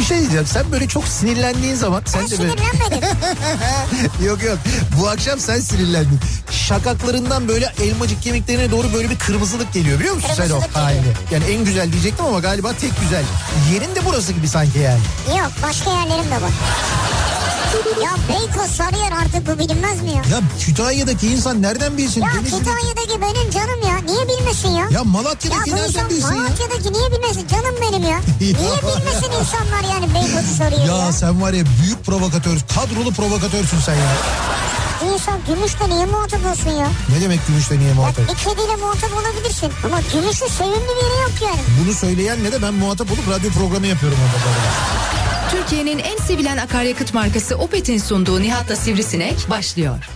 şey diyeceğim, sen böyle çok sinirlendiğin zaman... Ben sinirlenmedim. Yok bu akşam sen sinirlendin. Şakaklarından böyle elmacık kemiklerine doğru böyle bir kırmızılık geliyor, biliyor musun sen o halini? Yani en güzel diyecektim ama galiba tek güzel. Yerin de burası gibi sanki yani. Yok, başka yerlerim de var. Ya Beykoz, Sarıyer, artık bu bilinmez mi ya? Ya Kütahya'daki insan nereden bilsin? Ya Kütahya'daki benim canım ya. Niye bilmesin ya? Ya Malatya'daki nereden bilsin ya? Malatya'daki niye bilmesin? Canım benim ya. Niye bilmesin insanlar yani Beykoz'u Sarıyer'i ya? Ya sen var ya büyük provokatör, kadrolu provokatörsün sen ya. İnsan Gümüş'te niye muhatap olsun ya? Ne demek Gümüş'te niye muhatap? Bir kediyle muhatap olabilirsin. Ama Gümüş'ün sevimli bir yeri yok yani. Bunu söyleyenle de ben muhatap olup radyo programı yapıyorum orada. Türkiye'nin en sevilen akaryakıt markası Opet'in sunduğu Nihat'la Sivrisinek başlıyor.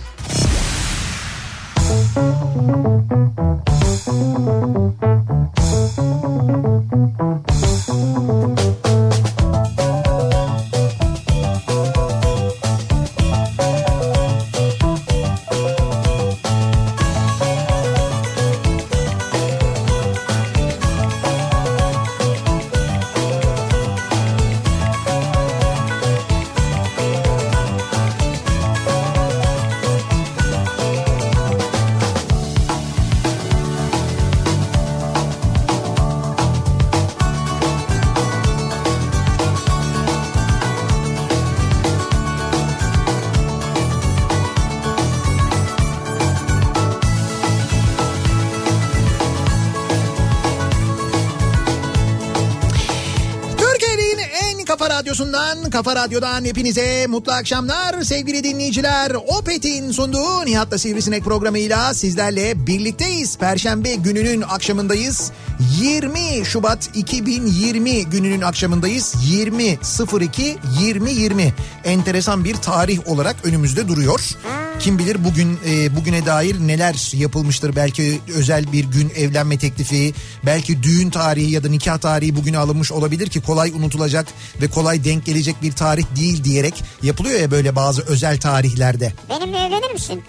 Kafa Radyo'dan hepinize mutlu akşamlar sevgili dinleyiciler. Opet'in sunduğu Nihat'la Sivrisinek programıyla sizlerle birlikteyiz. Perşembe gününün akşamındayız. 20 Şubat 2020 gününün akşamındayız. 20.02.2020 enteresan bir tarih olarak önümüzde duruyor. Kim bilir bugüne dair neler yapılmıştır. Belki özel bir gün evlenme teklifi, belki düğün tarihi ya da nikah tarihi bugüne alınmış olabilir ki kolay unutulacak ve kolay denk gelecek bir tarih değil diyerek yapılıyor ya böyle bazı özel tarihlerde. Benimle evlenir misin?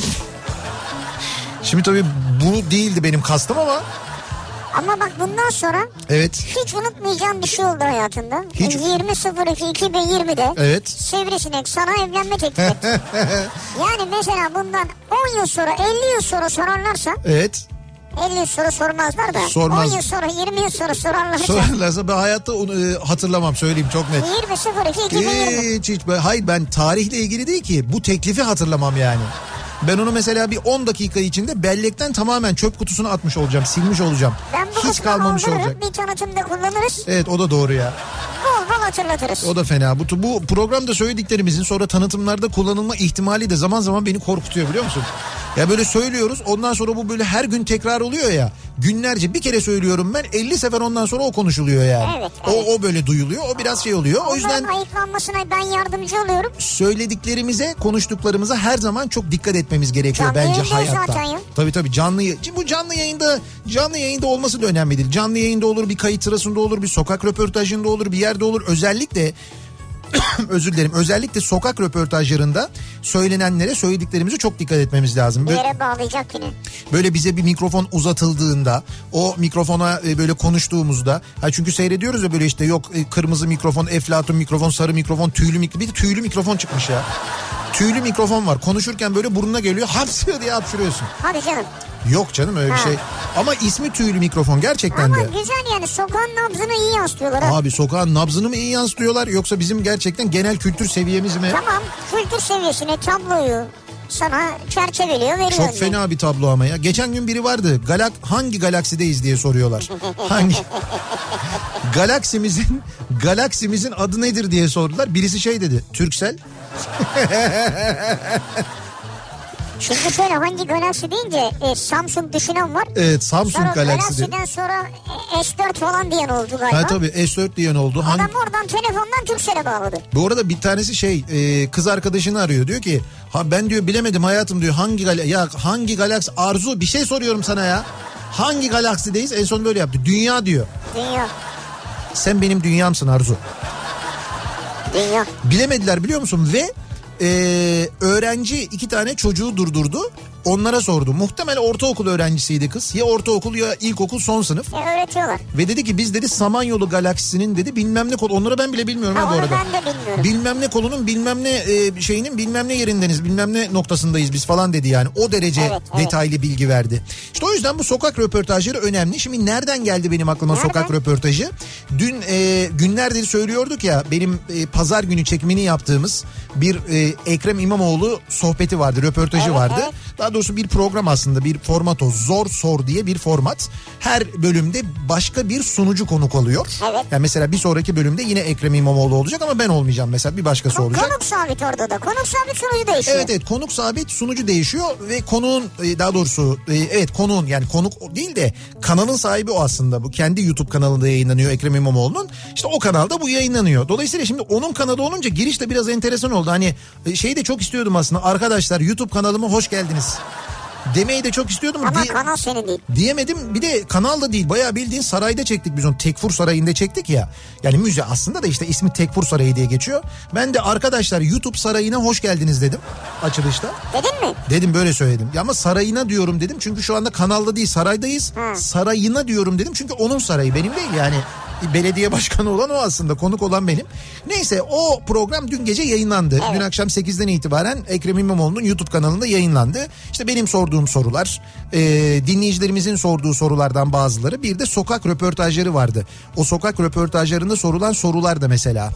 Şimdi tabii bu değildi benim kastım ama. Ama bak bundan sonra evet, hiç unutmayacağım bir şey oldu hayatında. Hiç... 20.02.2020'de evet, Sivrisinek sana evlenme teklif etti. Yani mesela bundan 10 yıl sonra 50 yıl sonra sorarlarsa. Evet. 50 yıl sonra sormazlar da. Sormaz. 10 yıl sonra 20 yıl sonra sorarlarsa. Sorarlarsa ben hayatta onu hatırlamam, söyleyeyim çok net. 20.02.2020. Hiç, hayır ben tarihle ilgili değil ki, bu teklifi hatırlamam yani. Ben onu mesela bir 10 dakika içinde bellekten tamamen çöp kutusuna atmış olacağım, silmiş olacağım. Ben bu hiç kalmamış olacak. Bir tanıtımda kullanırız. Evet, o da doğru ya. Bol bol hatırlatırız. O da fena. Bu programda söylediklerimizin sonra tanıtımlarda kullanılma ihtimali de zaman zaman beni korkutuyor, biliyor musun? Ya böyle söylüyoruz, ondan sonra bu böyle her gün tekrar oluyor ya. Günlerce bir kere söylüyorum ben, 50 sefer ondan sonra o konuşuluyor yani. Evet. O böyle duyuluyor, o biraz şey oluyor. O yüzden ayıklanmasına ben yardımcı oluyorum. Söylediklerimize, konuştuklarımıza her zaman çok dikkat etmemiz gerekiyor canlı bence hayatta. Zaten ya. Tabii bu canlı yayında olması da önemli değil. Canlı yayında olur, bir kayıt sırasında olur, bir sokak röportajında olur, bir yerde olur. Özellikle özür dilerim. Özellikle sokak röportajlarında söylenenlere, söylediklerimize çok dikkat etmemiz lazım. Bir yere bağlayacak yine. Böyle bize bir mikrofon uzatıldığında, o mikrofona böyle konuştuğumuzda, çünkü seyrediyoruz ya böyle işte yok kırmızı mikrofon, eflatun mikrofon, sarı mikrofon, tüylü mikrofon, bir de tüylü mikrofon çıkmış ya. Tüylü mikrofon var. Konuşurken böyle burnuna geliyor, hapsıyor diye hapşırıyorsun. Hadi canım. Yok canım öyle bir şey. Ama ismi tüylü mikrofon gerçekten de. Ama güzel yani, sokağın nabzını iyi yansıtıyorlar. Abi sokağın nabzını mı iyi yansıtıyorlar yoksa bizim gerçekten genel kültür seviyemiz mi? Tamam, kültür seviyesine tabloyu sana çerçeveliyor, veriyor. Çok fena bir tablo ama ya. Geçen gün biri vardı. Hangi galaksideyiz diye soruyorlar. Hangi? Galaksimizin adı nedir diye sordular. Birisi şey dedi. Turkcell. Çünkü şöyle, hangi galaksi deyince Samsung düşünen var. Evet, Samsung sonra Galaxy. Galaxy'den sonra S4 falan diyen oldu galiba. Ha tabii, S4 diyen oldu. Adam oradan telefondan Turkcell'e bağladı. Bu arada bir tanesi kız arkadaşını arıyor. Diyor ki ben diyor bilemedim hayatım diyor, hangi galaksi, Arzu bir şey soruyorum sana ya. Hangi galaksideyiz? En son böyle yaptı. Dünya diyor. Dünya. Sen benim dünyamsın Arzu. Dünya. Bilemediler, biliyor musun? Ve öğrenci 2 tane çocuğu durdurdu. Onlara sordum. Muhtemelen ortaokul öğrencisiydi kız. Ya ortaokul ya ilkokul son sınıf. Öğretiyorlar. Ve dedi ki biz dedi Samanyolu galaksisinin dedi bilmem ne kolu. Onları ben bile bilmiyorum ha bu arada. Ben de bilmiyorum. Bilmem ne kolunun bilmem ne şeyinin bilmem ne yerindeniz. Bilmem ne noktasındayız biz falan dedi yani. O derece detaylı bilgi verdi. İşte o yüzden bu sokak röportajları önemli. Şimdi nereden geldi benim aklıma sokak röportajı? Dün günlerdir söylüyorduk ya benim pazar günü çekimini yaptığımız bir Ekrem İmamoğlu sohbeti vardı, röportajı vardı. Daha doğrusu bir program aslında, bir format o. Zor Sor diye bir format. Her bölümde başka bir sunucu konuk oluyor. Evet. Yani mesela bir sonraki bölümde yine Ekrem İmamoğlu olacak ama ben olmayacağım mesela, bir başkası olacak. Konuk sabit orada da. Konuk sabit, sunucu değişiyor. Evet konuk sabit, sunucu değişiyor ve konuğun daha doğrusu konuğun yani konuk değil de kanalın sahibi o aslında. Bu kendi YouTube kanalında yayınlanıyor Ekrem İmamoğlu'nun. İşte o kanalda bu yayınlanıyor. Dolayısıyla şimdi onun kanalı olunca giriş de biraz enteresan oldu. Hani şeyi de çok istiyordum aslında. Arkadaşlar YouTube kanalıma hoş geldiniz demeyi de çok istiyordum. Ama kanal senin değil. Diyemedim. Bir de kanal da değil. Bayağı bildiğin sarayda çektik biz onu. Tekfur Sarayı'nda çektik ya. Yani müze aslında da işte ismi Tekfur Sarayı diye geçiyor. Ben de arkadaşlar YouTube Sarayı'na hoş geldiniz dedim açılışta. Dedin mi? Dedim, böyle söyledim. Ya ama sarayına diyorum dedim. Çünkü şu anda kanalda değil, saraydayız. Sarayına diyorum dedim. Çünkü onun sarayı, benim değil yani. Belediye başkanı olan o aslında, konuk olan benim. Neyse, o program dün gece yayınlandı. Dün akşam 8'den itibaren Ekrem İmamoğlu'nun YouTube kanalında yayınlandı. İşte benim sorduğum sorular, dinleyicilerimizin sorduğu sorulardan bazıları, bir de sokak röportajları vardı. O sokak röportajlarında sorulan sorular da mesela.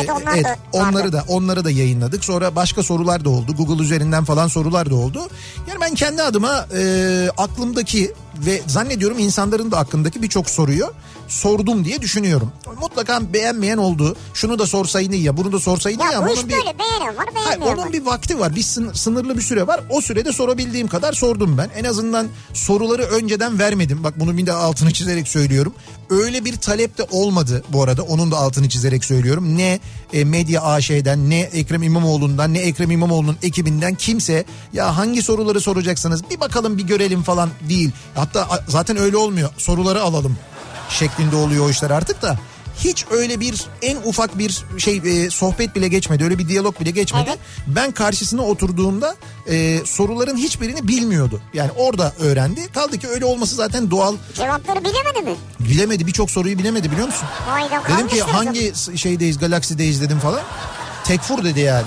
Onları da yayınladık. Sonra başka sorular da oldu. Google üzerinden falan sorular da oldu. Yani ben kendi adıma aklımdaki ve zannediyorum insanların da aklındaki birçok soruyu sordum diye düşünüyorum. Mutlaka beğenmeyen oldu. Şunu da sorsaydın ya, bunu da sorsaydın ya. Bu iş böyle, beğenen var, beğenmeyen var. Onun bir vakti var, bir sınırlı bir süre var. O sürede sorabildiğim kadar sordum ben. En azından soruları önceden vermedim. Bak, bunu bir de altını çizerek söylüyorum. Öyle bir talep de olmadı bu arada. Onun da altını çizerek söylüyorum. Ne Medya AŞ'den, ne Ekrem İmamoğlu'ndan, ne Ekrem İmamoğlu'nun ekibinden kimse ya hangi soruları soracaksınız bir bakalım bir görelim falan değil. Hatta zaten öyle olmuyor. Soruları alalım şeklinde oluyor o işler artık da. Hiç öyle bir en ufak bir sohbet bile geçmedi. Öyle bir diyalog bile geçmedi. Evet. Ben karşısına oturduğumda soruların hiçbirini bilmiyordu. Yani orada öğrendi. Kaldı ki öyle olması zaten doğal. Cevapları bilemedi mi? Bilemedi. Birçok soruyu bilemedi, biliyor musun? Dedim ki hangi şeydeyiz, galaksideyiz dedim falan. Tekfur dedi yani.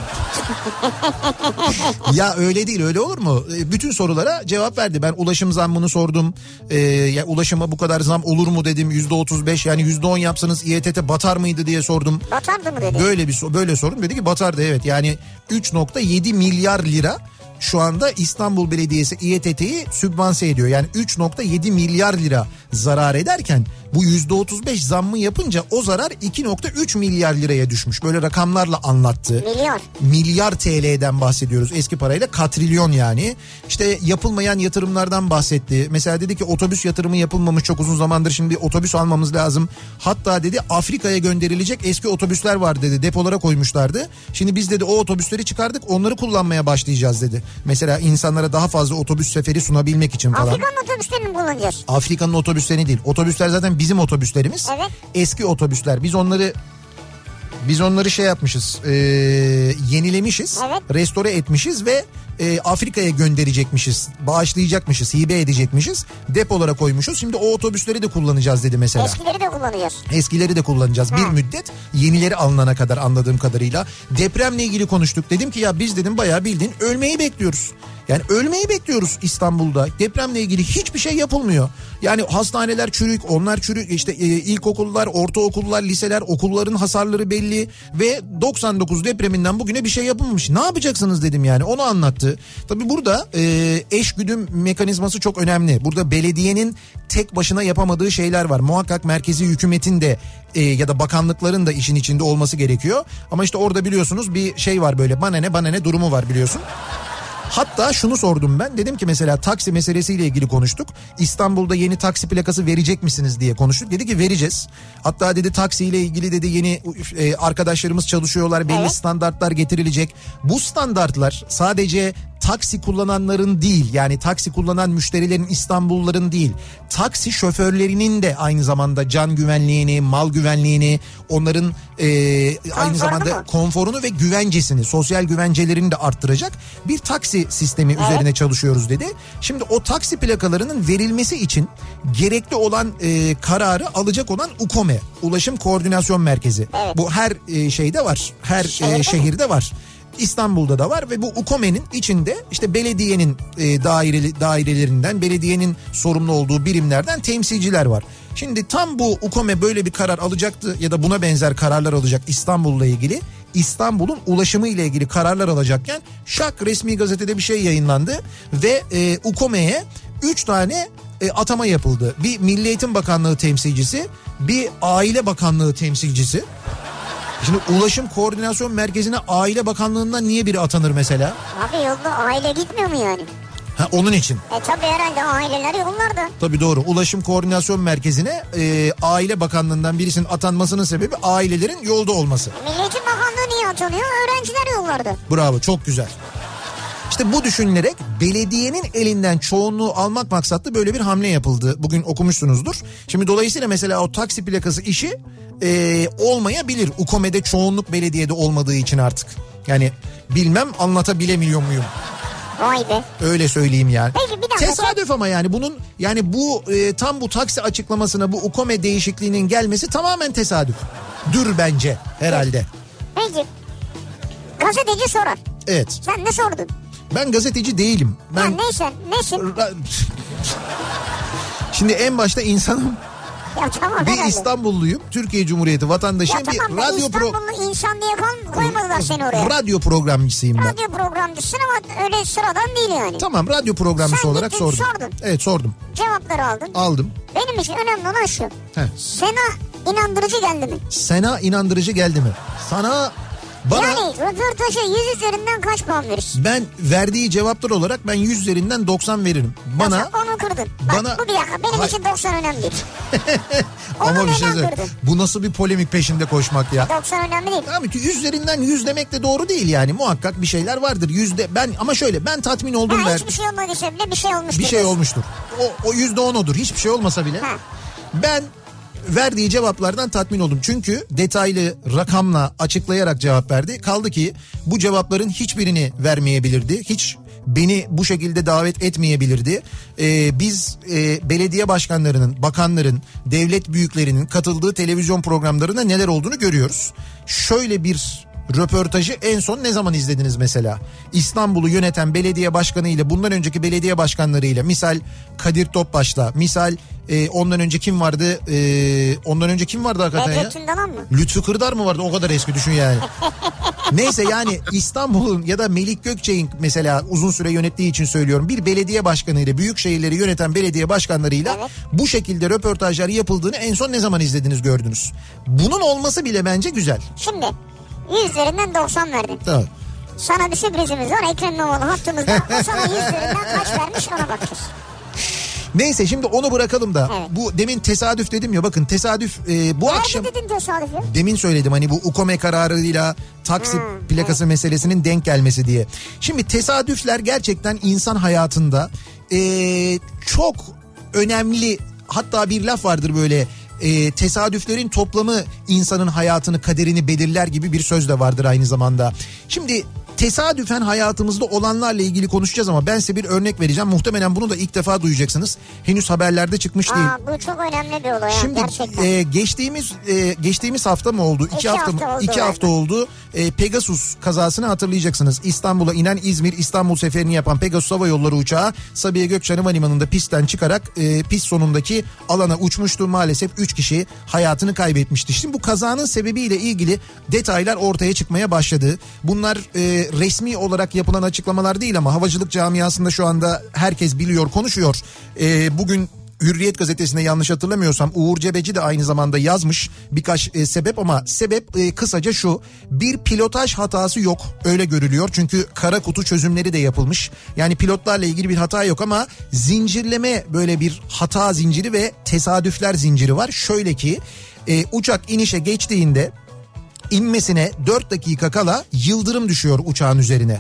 Ya öyle değil, öyle olur mu? Bütün sorulara cevap verdi. Ben ulaşım zammını sordum. Ya ulaşıma bu kadar zam olur mu dedim. %35 yani %10 yapsanız İETT batar mıydı diye sordum. Batardı mı dedi? Böyle sordum. Dedi ki batardı, evet. Yani 3.7 milyar lira şu anda İstanbul Belediyesi İETT'yi sübvanse ediyor. Yani 3.7 milyar lira zarar ederken bu %35 zammı yapınca o zarar 2.3 milyar liraya düşmüş. Böyle rakamlarla anlattı. Milyar TL'den bahsediyoruz. Eski parayla katrilyon yani. İşte yapılmayan yatırımlardan bahsetti. Mesela dedi ki otobüs yatırımı yapılmamış çok uzun zamandır, şimdi otobüs almamız lazım. Hatta dedi Afrika'ya gönderilecek eski otobüsler var dedi. Depolara koymuşlardı. Şimdi biz dedi o otobüsleri çıkardık, onları kullanmaya başlayacağız dedi. Mesela insanlara daha fazla otobüs seferi sunabilmek için falan. Afrika'nın otobüslerini mi kullanacağız? Afrika'nın otobüslerini değil. Otobüsler zaten bizim otobüslerimiz. Evet. Eski otobüsler. Biz onları şey yapmışız. Yenilemişiz. Evet. Restore etmişiz ve Afrika'ya gönderecekmişiz. Bağışlayacakmışız. Hibe edecekmişiz. Depolara koymuşuz. Şimdi o otobüsleri de kullanacağız dedi mesela. Eskileri de kullanacağız. Bir müddet, yenileri alınana kadar, anladığım kadarıyla. Depremle ilgili konuştuk. Dedim ki ya biz dedim bayağı bildiğin ölmeyi bekliyoruz. Yani ölmeyi bekliyoruz İstanbul'da. Depremle ilgili hiçbir şey yapılmıyor. Yani hastaneler çürük, onlar çürük. İşte ilkokullar, ortaokullar, liseler, okulların hasarları belli. Ve 99 depreminden bugüne bir şey yapılmamış. Ne yapacaksınız dedim yani, onu anlattı. Tabii burada eşgüdüm mekanizması çok önemli. Burada belediyenin tek başına yapamadığı şeyler var. Muhakkak merkezi hükümetin de ya da bakanlıkların da işin içinde olması gerekiyor. Ama işte orada biliyorsunuz bir şey var, böyle bana ne durumu var biliyorsun. Hatta şunu sordum ben, dedim ki mesela taksi meselesiyle ilgili konuştuk. İstanbul'da yeni taksi plakası verecek misiniz diye konuştuk. Dedi ki vereceğiz. Hatta dedi taksiyle ilgili dedi yeni arkadaşlarımız çalışıyorlar, belli standartlar getirilecek. Bu standartlar sadece taksi kullananların değil, yani taksi kullanan müşterilerin, İstanbulluların değil, taksi şoförlerinin de aynı zamanda can güvenliğini, mal güvenliğini, onların aynı zamanda konforunu ve güvencesini, sosyal güvencelerini de arttıracak bir taksi sistemi üzerine çalışıyoruz dedi. Şimdi o taksi plakalarının verilmesi için gerekli olan kararı alacak olan UKOME, Ulaşım Koordinasyon Merkezi. Evet. Bu her şeyde var, her şehirde var. İstanbul'da da var ve bu UKOME'nin içinde işte belediyenin dairelerinden, belediyenin sorumlu olduğu birimlerden temsilciler var. Şimdi tam bu UKOME böyle bir karar alacaktı ya da buna benzer kararlar alacak İstanbul'la ilgili. İstanbul'un ulaşımı ile ilgili kararlar alacakken şak resmi gazetede bir şey yayınlandı ve UKOME'ye 3 tane atama yapıldı. Bir Milli Eğitim Bakanlığı temsilcisi, bir Aile Bakanlığı temsilcisi. Şimdi Ulaşım Koordinasyon Merkezi'ne Aile Bakanlığı'ndan niye biri atanır mesela? Abi yolda aile gitmiyor mu yani? Ha, onun için. Tabii herhalde aileler yollarda. Tabii doğru. Ulaşım Koordinasyon Merkezi'ne Aile Bakanlığı'ndan birisinin atanmasının sebebi ailelerin yolda olması. Milli Eğitim Bakanlığı niye atanıyor? Öğrenciler yollarda. Bravo, çok güzel. İşte bu düşünülerek belediyenin elinden çoğunluğu almak maksatlı böyle bir hamle yapıldı. Bugün okumuşsunuzdur. Şimdi dolayısıyla mesela o taksi plakası işi olmayabilir. UKOME'de çoğunluk belediyede olmadığı için artık. Yani bilmem anlatabilemiyor muyum? Vay be. Öyle söyleyeyim yani. Peki bir dakika. Tesadüf ama yani bunun, yani bu tam bu taksi açıklamasına bu UKOME değişikliğinin gelmesi tamamen tesadüf. Dür bence herhalde. Peki. Gazeteci sorar. Evet. Sen ne sordun? Ben gazeteci değilim. Ben... Ya neyse, nesin? Şimdi en başta insanım. Ya tamam, bir herhalde. İstanbulluyum. Türkiye Cumhuriyeti vatandaşıyım. Ya tamam, bir radyo İstanbullu insan diye koymadılar seni oraya. Radyo programcısıyım ben. Radyo programcısın ama öyle sıradan değil yani. Tamam, radyo programcısı sen olarak gittin, sordum. Sordun. Evet, sordum. Cevapları aldın. Aldım. Benim için önemli olan şu. Heh. Sana inandırıcı geldi mi? Sana inandırıcı geldi mi? Sana... Bana, yani röportaja 100 üzerinden kaç puan verirsin? Ben verdiği cevaplar olarak ben 100 üzerinden 90 veririm. Bana... Ya onu kırdın. Bak bu bir dakika, benim için 90 önemli değil. Ama bir şey söyleyeyim. Bu nasıl bir polemik peşinde koşmak ya? 90 önemli değil. Abi 100 üzerinden 100 demek de doğru değil yani. Muhakkak bir şeyler vardır. Ben ama şöyle, ben tatmin oldum. Hiçbir şey olmadıysa bile bir şey olmuştur. Bir şey olmuştur. O %10 odur. Hiçbir şey olmasa bile. Ben verdiği cevaplardan tatmin oldum. Çünkü detaylı rakamla açıklayarak cevap verdi. Kaldı ki bu cevapların hiçbirini vermeyebilirdi. Hiç beni bu şekilde davet etmeyebilirdi. Biz belediye başkanlarının, bakanların, devlet büyüklerinin katıldığı televizyon programlarında neler olduğunu görüyoruz. Şöyle bir röportajı en son ne zaman izlediniz mesela? İstanbul'u yöneten belediye başkanı ile bundan önceki belediye başkanlarıyla, misal Kadir Topbaş'la, misal ondan önce kim vardı? Ondan önce kim vardı hakikaten ya? Lütfü Kırdar mı vardı? O kadar eski, düşün yani. Neyse yani İstanbul'un ya da Melik Gökçek'in mesela uzun süre yönettiği için söylüyorum. Bir belediye başkanıyla, büyük şehirleri yöneten belediye başkanlarıyla bu şekilde röportajlar yapıldığını en son ne zaman izlediniz, gördünüz? Bunun olması bile bence güzel. Şimdi 100 üzerinden 90 verdin. Tamam. Sana bir sürprizimiz var. Ekrem İmamoğlu hattımızda. O sana 100 üzerinden kaç vermiş, ona bakacağız. Neyse şimdi onu bırakalım da. Evet. Bu demin tesadüf dedim ya, bakın tesadüf bu akşam. Nerede dedin tesadüf ya? Demin söyledim hani bu UKOME kararıyla taksi plakası meselesinin denk gelmesi diye. Şimdi tesadüfler gerçekten insan hayatında çok önemli, hatta bir laf vardır böyle. Tesadüflerin toplamı insanın hayatını, kaderini belirler gibi bir söz de vardır aynı zamanda. Şimdi tesadüfen hayatımızda olanlarla ilgili konuşacağız ama ben size bir örnek vereceğim. Muhtemelen bunu da ilk defa duyacaksınız. Henüz haberlerde çıkmış değil. Bu çok önemli bir olay. Şimdi geçtiğimiz hafta mı oldu? İki hafta oldu. Pegasus kazasını hatırlayacaksınız. İstanbul'a inen İzmir-İstanbul seferini yapan Pegasus Hava Yolları uçağı Sabiha Gökçen Havalimanı'nda pistten çıkarak pist sonundaki alana uçmuştu. Maalesef 3 kişi hayatını kaybetmişti. Şimdi bu kazanın sebebiyle ilgili detaylar ortaya çıkmaya başladı. Bunlar resmi olarak yapılan açıklamalar değil ama havacılık camiasında şu anda herkes biliyor, konuşuyor. Bugün Hürriyet gazetesinde yanlış hatırlamıyorsam Uğur Cebeci de aynı zamanda yazmış birkaç sebep, ama sebep kısaca şu: bir pilotaj hatası yok, öyle görülüyor. Çünkü kara kutu çözümleri de yapılmış. Yani pilotlarla ilgili bir hata yok ama zincirleme, böyle bir hata zinciri ve tesadüfler zinciri var. Şöyle ki uçak inişe geçtiğinde inmesine 4 dakika kala yıldırım düşüyor uçağın üzerine.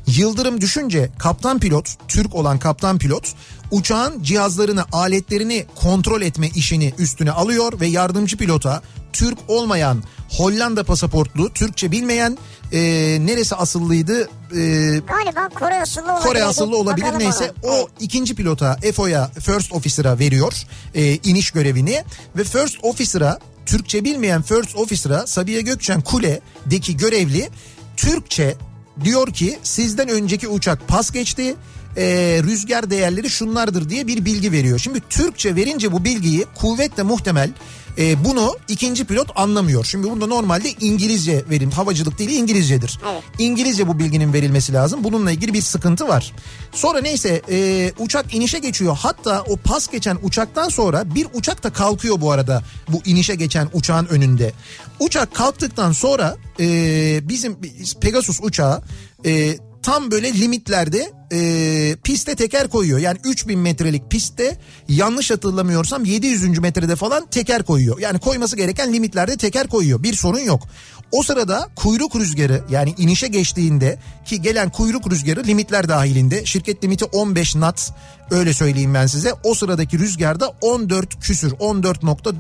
Yıldırım düşünce kaptan pilot, Türk olan kaptan pilot uçağın cihazlarını, aletlerini kontrol etme işini üstüne alıyor ve yardımcı pilota Türk olmayan, Hollanda pasaportlu, Türkçe bilmeyen, neresi asıllıydı? Galiba Kore asıllı olabilir. Kore asıllı olabilir. Bakalım neyse ona. o ikinci pilota, FO'ya, First Officer'a veriyor iniş görevini ve First Officer'a, Türkçe bilmeyen First Officer'a Sabiha Gökçen Kule'deki görevli Türkçe diyor ki sizden önceki uçak pas geçti. Rüzgar değerleri şunlardır diye bir bilgi veriyor. Şimdi Türkçe verince bu bilgiyi kuvvetle muhtemel bunu ikinci pilot anlamıyor. Şimdi burada normalde İngilizce verim, havacılık dili İngilizcedir. Evet. İngilizce bu bilginin verilmesi lazım. Bununla ilgili bir sıkıntı var. Sonra neyse uçak inişe geçiyor. Hatta o pas geçen uçaktan sonra bir uçak da kalkıyor bu arada bu inişe geçen uçağın önünde. Uçak kalktıktan sonra bizim Pegasus uçağı tam böyle limitlerde piste teker koyuyor. Yani 3000 metrelik pistte yanlış hatırlamıyorsam 700. metrede falan teker koyuyor. Yani koyması gereken limitlerde teker koyuyor. Bir sorun yok. O sırada kuyruk rüzgarı, yani inişe geçtiğinde ki gelen kuyruk rüzgarı limitler dahilinde, şirket limiti 15 knot, öyle söyleyeyim ben size. O sıradaki rüzgarda 14 küsür, 14.4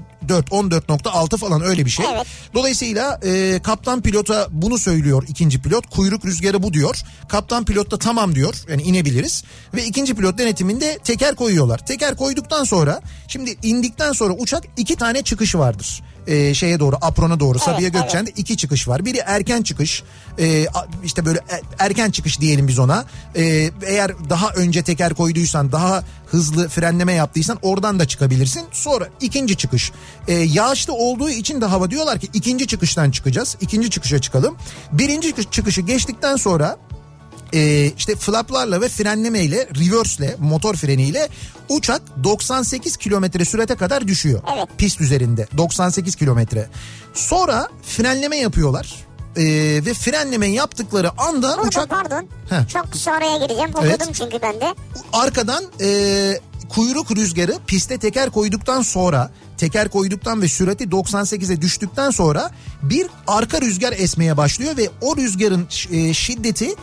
14.6 falan, öyle bir şey. Evet. Dolayısıyla kaptan pilota bunu söylüyor ikinci pilot. Kuyruk rüzgarı bu diyor. Kaptan pilot da tamam diyor. Yani inebiliriz. Ve ikinci pilot denetiminde teker koyuyorlar. Teker koyduktan sonra, şimdi indikten sonra uçak 2 tane çıkışı vardır. Şeye doğru, aprona doğru, evet, Sabiha Gökçen'de 2 çıkış var. Biri erken çıkış, işte böyle erken çıkış diyelim biz ona. Eğer daha önce teker koyduysan, daha hızlı frenleme yaptıysan oradan da çıkabilirsin. Sonra ikinci çıkış. Yağışlı olduğu için de hava, diyorlar ki ikinci çıkıştan çıkacağız. İkinci çıkışa çıkalım. Birinci çıkışı geçtikten sonra işte flaplarla ve frenlemeyle, reverse'le, motor freniyle uçak 98 kilometre sürate kadar düşüyor. Evet. Pist üzerinde 98 kilometre. Sonra frenleme yapıyorlar. Ve frenleme yaptıkları anda burada, uçak... pardon. Heh. Çok kısa araya gireceğim. Okudum Evet. çünkü ben de. Arkadan kuyruk rüzgarı piste teker koyduktan sonra, teker koyduktan ve sürati 98'e düştükten sonra bir arka rüzgar esmeye başlıyor ve o rüzgarın şiddeti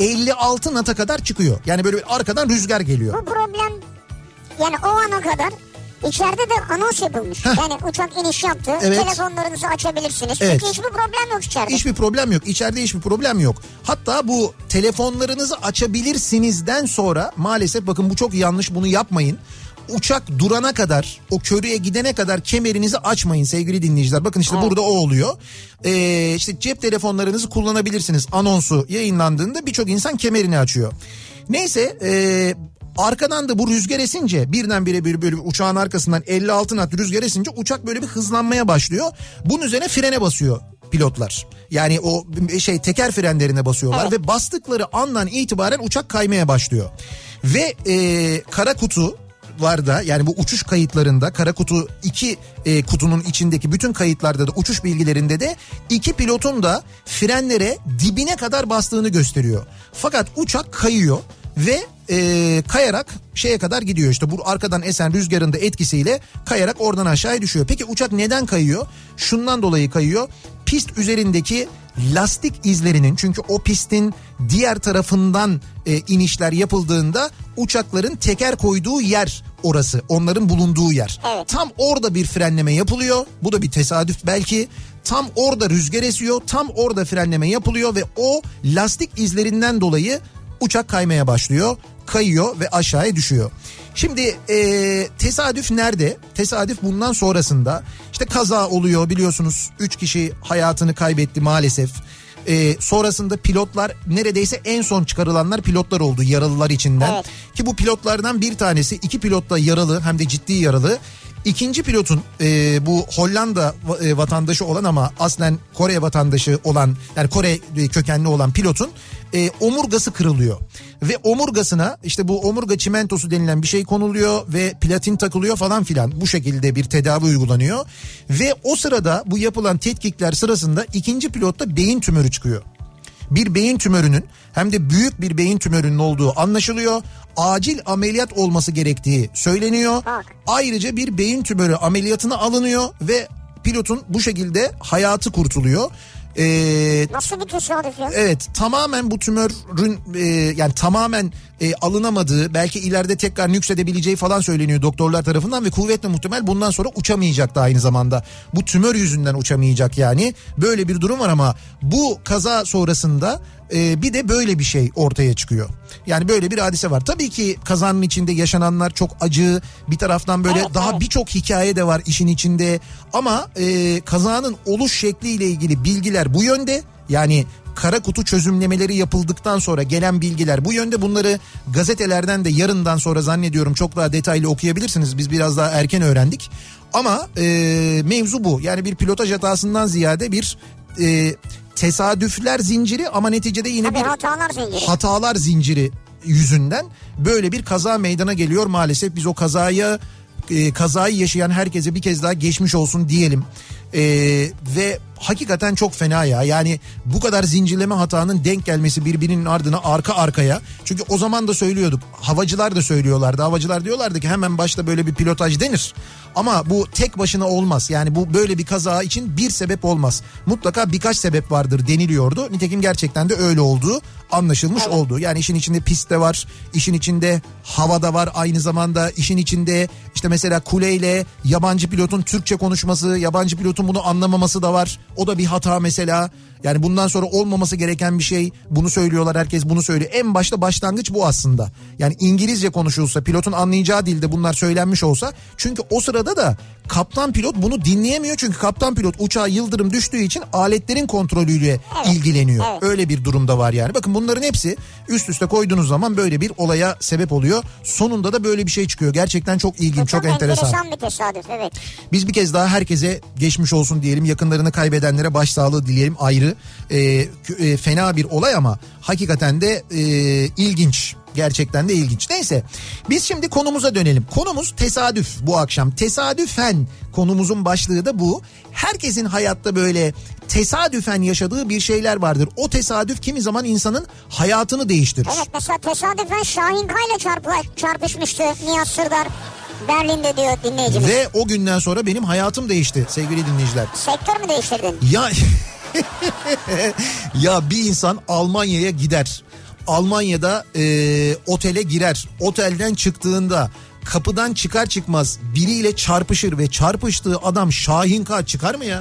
56 knot'a kadar çıkıyor. Yani böyle bir arkadan rüzgar geliyor. Bu problem, yani o ana kadar içeride de anons yapılmış. Heh. Yani uçak iniş yaptı. Evet. Telefonlarınızı açabilirsiniz. Evet. Çünkü hiçbir problem yok içeride. Hiçbir problem yok. İçeride hiçbir problem yok. Hatta bu telefonlarınızı açabilirsinizden sonra maalesef, bakın bu çok yanlış, bunu yapmayın. Uçak durana kadar, o körüye gidene kadar kemerinizi açmayın sevgili dinleyiciler. Bakın işte burada o oluyor. İşte cep telefonlarınızı kullanabilirsiniz. Anonsu yayınlandığında birçok insan kemerini açıyor. Neyse, arkadan da bu rüzgar esince, birdenbire böyle uçağın arkasından 56 knot rüzgar esince uçak böyle bir hızlanmaya başlıyor. Bunun üzerine frene basıyor pilotlar. Yani o teker frenlerine basıyorlar, evet. Ve bastıkları andan itibaren uçak kaymaya başlıyor. Ve kara kutu var da, yani bu uçuş kayıtlarında kara kutu, 2 kutunun içindeki bütün kayıtlarda da, uçuş bilgilerinde de 2 pilotun da frenlere dibine kadar bastığını gösteriyor. Fakat uçak kayıyor ve kayarak şeye kadar gidiyor, işte bu arkadan esen rüzgarın da etkisiyle kayarak oradan aşağıya düşüyor. Peki uçak neden kayıyor? Şundan dolayı kayıyor. Pist üzerindeki lastik izlerinin, çünkü o pistin diğer tarafından inişler yapıldığında uçakların teker koyduğu yer orası, onların bulunduğu yer. Evet. Tam orada bir frenleme yapılıyor. Bu da bir tesadüf belki. Tam orada rüzgar esiyor, tam orada frenleme yapılıyor ve o lastik izlerinden dolayı uçak kaymaya başlıyor, kayıyor ve aşağıya düşüyor. Şimdi tesadüf nerede? Tesadüf bundan sonrasında. İşte kaza oluyor biliyorsunuz. 3 kişi hayatını kaybetti maalesef. Sonrasında pilotlar, neredeyse en son çıkarılanlar pilotlar oldu yaralılar içinden. Evet. Ki bu pilotlardan bir tanesi, 2 pilot da yaralı, hem de ciddi yaralı. İkinci pilotun bu Hollanda vatandaşı olan ama aslen Kore vatandaşı olan, yani Kore kökenli olan pilotun omurgası kırılıyor. Ve omurgasına işte bu omurga çimentosu denilen bir şey konuluyor ve platin takılıyor falan filan. Bu şekilde bir tedavi uygulanıyor. Ve o sırada, bu yapılan tetkikler sırasında ikinci pilotta beyin tümörü çıkıyor. Bir beyin tümörünün, hem de büyük bir beyin tümörünün olduğu anlaşılıyor. Acil ameliyat olması gerektiği söyleniyor. Ayrıca bir beyin tümörü ameliyatına alınıyor ve pilotun bu şekilde hayatı kurtuluyor. Nasıl bir tesadüf ya? Evet, tamamen bu tümörün yani tamamen alınamadığı, belki ileride tekrar nüksedebileceği falan söyleniyor doktorlar tarafından ve kuvvetle muhtemel bundan sonra uçamayacak da aynı zamanda. Bu tümör yüzünden uçamayacak yani. Böyle bir durum var ama bu kaza sonrasında bir de böyle bir şey ortaya çıkıyor. Yani böyle bir hadise var. Tabii ki kazanın içinde yaşananlar çok acı. Bir taraftan böyle daha birçok hikaye de var işin içinde. Ama kazanın oluş şekliyle ilgili bilgiler bu yönde. Yani kara kutu çözümlemeleri yapıldıktan sonra gelen bilgiler bu yönde. Bunları gazetelerden de yarından sonra zannediyorum çok daha detaylı okuyabilirsiniz. Biz biraz daha erken öğrendik. Ama mevzu bu. Yani bir pilotaj hatasından ziyade bir tesadüfler zinciri ama neticede yine tabii bir hatalar zinciri yüzünden böyle bir kaza meydana geliyor maalesef. Biz o kazayı yaşayan herkese bir kez daha geçmiş olsun diyelim. Ve hakikaten çok fena ya. Yani bu kadar zincirleme hatanın denk gelmesi birbirinin ardına arka arkaya. Çünkü o zaman da söylüyorduk. Havacılar da söylüyorlardı. Havacılar diyorlardı ki hemen başta böyle bir pilotaj denir. Ama bu tek başına olmaz. Yani bu böyle bir kaza için bir sebep olmaz. Mutlaka birkaç sebep vardır deniliyordu. Nitekim gerçekten de öyle olduğu anlaşılmış oldu. Yani işin içinde pist de var. İşin içinde havada var. Aynı zamanda işin içinde işte mesela kuleyle yabancı pilotun Türkçe konuşması, yabancı pilotun bunu anlamaması da var. O da bir hata mesela. Yani bundan sonra olmaması gereken bir şey. Bunu söylüyorlar, herkes bunu söylüyor. En başta başlangıç bu aslında. Yani İngilizce konuşulsa, pilotun anlayacağı dilde bunlar söylenmiş olsa. Çünkü o sırada da kaptan pilot bunu dinleyemiyor. Çünkü kaptan pilot uçağa yıldırım düştüğü için aletlerin kontrolüyle ilgileniyor. Evet. Öyle bir durumda var yani. Bakın bunların hepsi üst üste koyduğunuz zaman böyle bir olaya sebep oluyor. Sonunda da böyle bir şey çıkıyor. Gerçekten çok ilginç, çok enteresan. Enteresan bir tesadüf, evet. Biz bir kez daha herkese geçmiş olsun diyelim. Yakınlarını kaybedenlere başsağlığı dileyelim ayrı. Fena bir olay ama hakikaten de ilginç. Gerçekten de ilginç. Neyse biz şimdi konumuza dönelim. Konumuz tesadüf bu akşam. Tesadüfen konumuzun başlığı da bu. Herkesin hayatta böyle tesadüfen yaşadığı bir şeyler vardır. O tesadüf kimi zaman insanın hayatını değiştirir. Evet, mesela tesadüfen Şahin Kaya'yla çarpışmıştı Nihat Sırdar Berlin'de diyor dinleyicimiz. Ve o günden sonra benim hayatım değişti sevgili dinleyiciler. Sektör mü değiştirdin? Ya bir insan Almanya'ya gider. Almanya'da otele girer. Otelden çıktığında kapıdan çıkar çıkmaz biriyle çarpışır ve çarpıştığı adam Şahin K çıkar mı ya?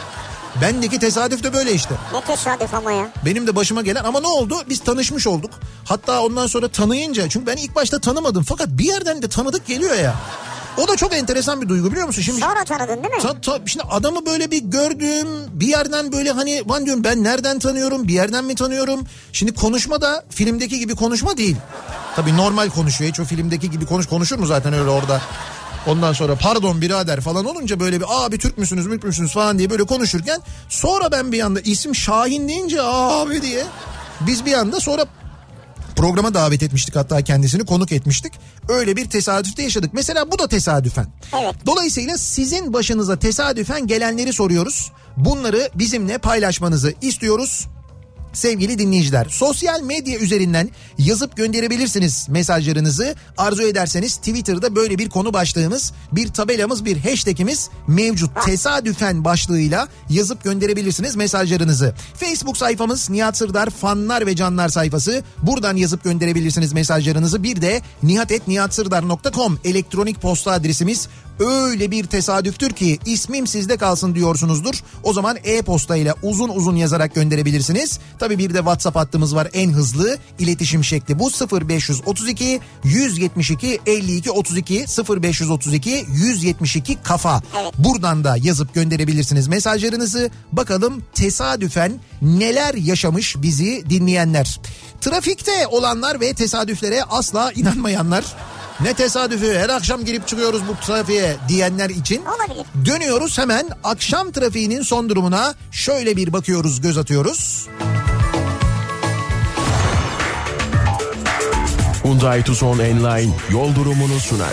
Bendeki tesadüf de böyle işte. Ne tesadüf ama ya. Benim de başıma gelen ama ne oldu? Biz tanışmış olduk. Hatta ondan sonra tanıyınca, çünkü ben ilk başta tanımadım fakat bir yerden de tanıdık geliyor ya. O da çok enteresan bir duygu, biliyor musun? Şimdi, sonra tanıdın değil mi? Şimdi adamı böyle bir gördüm, bir yerden böyle hani ben diyorum ben nereden tanıyorum, bir yerden mi tanıyorum? Şimdi konuşma da filmdeki gibi konuşma değil. Tabii normal konuşuyor, hiç o filmdeki gibi konuşur mu zaten öyle orada? Ondan sonra pardon birader falan olunca böyle bir abi Türk müsünüz Türk müsünüz falan diye böyle konuşurken sonra ben bir anda isim Şahin deyince abi diye biz bir anda sonra programa davet etmiştik, hatta kendisini konuk etmiştik. Öyle bir tesadüfte yaşadık. Mesela bu da tesadüfen. Evet. Dolayısıyla sizin başınıza tesadüfen gelenleri soruyoruz. Bunları bizimle paylaşmanızı istiyoruz. Sevgili dinleyiciler, sosyal medya üzerinden yazıp gönderebilirsiniz mesajlarınızı. Arzu ederseniz Twitter'da böyle bir konu başlığımız, bir tabelamız, bir hashtagimiz mevcut. Tesadüfen başlığıyla yazıp gönderebilirsiniz mesajlarınızı. Facebook sayfamız Nihat Sırdar fanlar ve canlar sayfası. Buradan yazıp gönderebilirsiniz mesajlarınızı. Bir de nihatetnihatsırdar.com elektronik posta adresimiz. Öyle bir tesadüftür ki ismim sizde kalsın diyorsunuzdur. O zaman e-postayla uzun uzun yazarak gönderebilirsiniz. Tabii bir de WhatsApp hattımız var, en hızlı iletişim şekli bu 0532 172 52 32 0532 172 kafa. Evet. Buradan da yazıp gönderebilirsiniz mesajlarınızı. Bakalım tesadüfen neler yaşamış bizi dinleyenler. Trafikte olanlar ve tesadüflere asla inanmayanlar. Ne tesadüfü, her akşam girip çıkıyoruz bu trafiğe diyenler için olabilir. Dönüyoruz hemen akşam trafiğinin son durumuna, şöyle bir bakıyoruz, göz atıyoruz. Hyundai Tucson Enline yol durumunu sunar.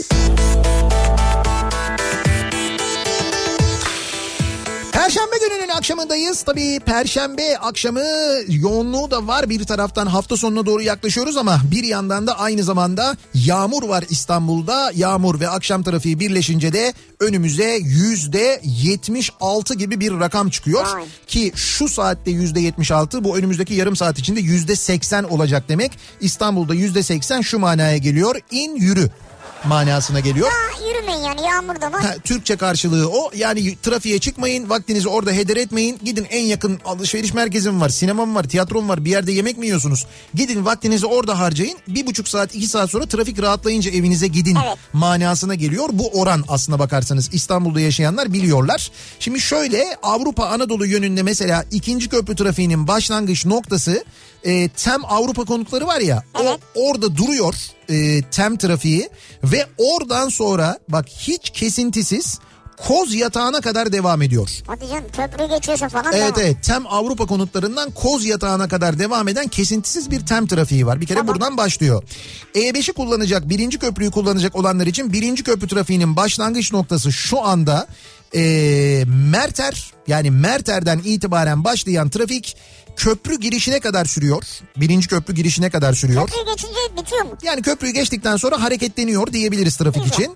Perşembe gününün akşamındayız. Tabii Perşembe akşamı yoğunluğu da var. Bir taraftan hafta sonuna doğru yaklaşıyoruz ama bir yandan da aynı zamanda yağmur var İstanbul'da. Yağmur ve akşam trafiği birleşince de önümüze %76 gibi bir rakam çıkıyor. Vay. Ki şu saatte %76, bu önümüzdeki yarım saat içinde %80 olacak demek. İstanbul'da %80 şu manaya geliyor: İn yürü manasına geliyor. Ya yürümeyin yani, yağmur da var. Türkçe karşılığı o. Yani trafiğe çıkmayın, vaktinizi orada heder etmeyin. Gidin, en yakın alışveriş merkezim var, sinemam var, tiyatrom var, bir yerde yemek mi yiyorsunuz? Gidin, vaktinizi orada harcayın. 1,5 saat 2 saat sonra trafik rahatlayınca evinize gidin manasına geliyor. Bu oran aslına bakarsanız İstanbul'da yaşayanlar biliyorlar. Şimdi şöyle, Avrupa Anadolu yönünde mesela 2. köprü trafiğinin başlangıç noktası TEM Avrupa konutları var ya, evet. Orada duruyor TEM trafiği ve oradan sonra bak hiç kesintisiz Koz Yatağı'na kadar devam ediyor. Hadi canım, köprü geçiyorsa falan. Evet, TEM Avrupa konutlarından Koz Yatağı'na kadar devam eden kesintisiz bir TEM trafiği var. Bir kere buradan başlıyor. E5'i kullanacak, 1. köprüyü kullanacak olanlar için 1. köprü trafiğinin başlangıç noktası şu anda Merter, yani Merter'den itibaren başlayan trafik köprü girişine kadar sürüyor. 1. köprü girişine kadar sürüyor. Köprüyü geçince bitiyor mu? Yani köprüyü geçtikten sonra hareketleniyor diyebiliriz trafik için.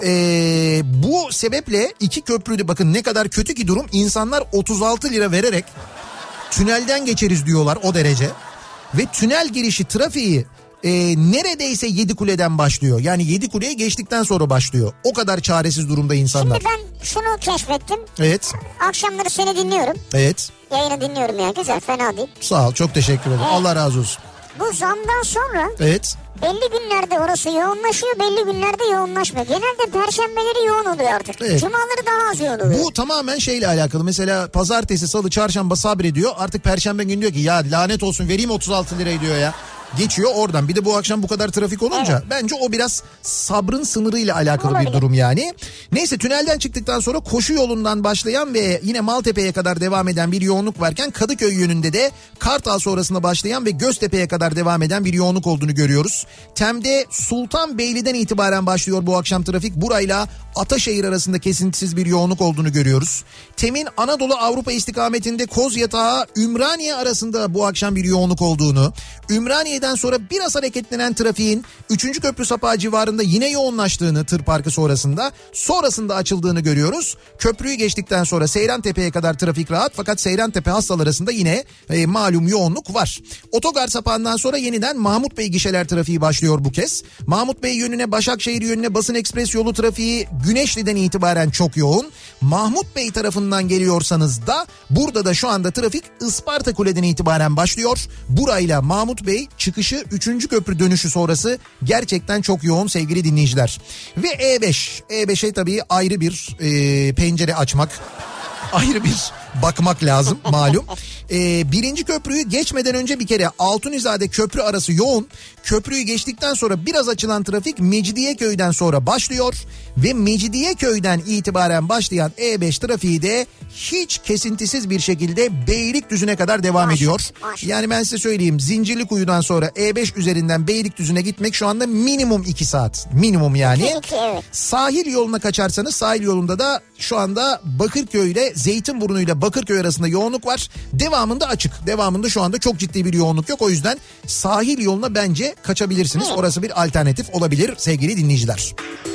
Bu sebeple 2 köprüde bakın ne kadar kötü ki durum. İnsanlar 36 lira vererek tünelden geçeriz diyorlar, o derece. Ve tünel girişi trafiği neredeyse Yedikule'den başlıyor. Yani Yedikule'ye geçtikten sonra başlıyor. O kadar çaresiz durumda insanlar. Şimdi ben şunu keşfettim. Evet. Akşamları seni dinliyorum. Evet. Yayını dinliyorum ya, güzel, fena değil. Sağ ol, çok teşekkür ederim. Evet. Allah razı olsun. Bu zamdan sonra Evet. belli günlerde orası yoğunlaşıyor, belli günlerde yoğunlaşmıyor. Genelde perşembeleri yoğun oluyor artık. Evet. Cumaları daha az yoğun oluyor. Bu tamamen şeyle alakalı. Mesela pazartesi, salı, çarşamba sabrediyor. Artık perşembe günü diyor ki ya lanet olsun, vereyim 36 lirayı diyor ya. Geçiyor oradan. Bir de bu akşam bu kadar trafik olunca bence o biraz sabrın sınırıyla alakalı bir durum yani. Neyse, tünelden çıktıktan sonra koşu yolundan başlayan ve yine Maltepe'ye kadar devam eden bir yoğunluk varken Kadıköy yönünde de Kartal sonrasında başlayan ve Göztepe'ye kadar devam eden bir yoğunluk olduğunu görüyoruz. TEM'de Sultanbeyli'den itibaren başlıyor bu akşam trafik. Burayla Ataşehir arasında kesintisiz bir yoğunluk olduğunu görüyoruz. TEM'in Anadolu Avrupa istikametinde Kozyatağı Ümraniye arasında bu akşam bir yoğunluk olduğunu, Ümraniye'den sonra biraz hareketlenen trafiğin 3. köprü sapağı civarında yine yoğunlaştığını, tır parkı sonrasında açıldığını görüyoruz. Köprüyü geçtikten sonra Seyrantepe'ye kadar trafik rahat, fakat Seyrantepe Hastal arasında yine malum yoğunluk var. Otogar sapağından sonra yeniden Mahmut Bey gişeler trafiği başlıyor bu kez. Mahmut Bey yönüne, Başakşehir yönüne Basın Ekspres yolu trafiği Güneşli'den itibaren çok yoğun. Mahmut Bey tarafından geliyorsanız da burada da şu anda trafik Isparta Kule'den itibaren başlıyor. Burayla Mahmut Bey çıkışı 3. köprü dönüşü sonrası gerçekten çok yoğun sevgili dinleyiciler. Ve E5. E5'e tabii ayrı bir pencere açmak, ayrı bir bakmak lazım malum. 1. köprüyü geçmeden önce bir kere Altunizade köprü arası yoğun. Köprüyü geçtikten sonra biraz açılan trafik Mecidiyeköy'den sonra başlıyor. Ve Mecidiyeköy'den itibaren başlayan E5 trafiği de hiç kesintisiz bir şekilde Beylikdüzü'ne kadar devam ediyor. Yani ben size söyleyeyim, Zincirlikuyu'dan sonra E5 üzerinden Beylikdüzü'ne gitmek şu anda minimum 2 saat. Minimum yani. Evet. Sahil yoluna kaçarsanız sahil yolunda da şu anda Bakırköy ile Zeytinburnu ile Bakırköy arasında yoğunluk var. Devamında açık. Devamında şu anda çok ciddi bir yoğunluk yok. O yüzden sahil yoluna bence kaçabilirsiniz. Orası bir alternatif olabilir sevgili dinleyiciler.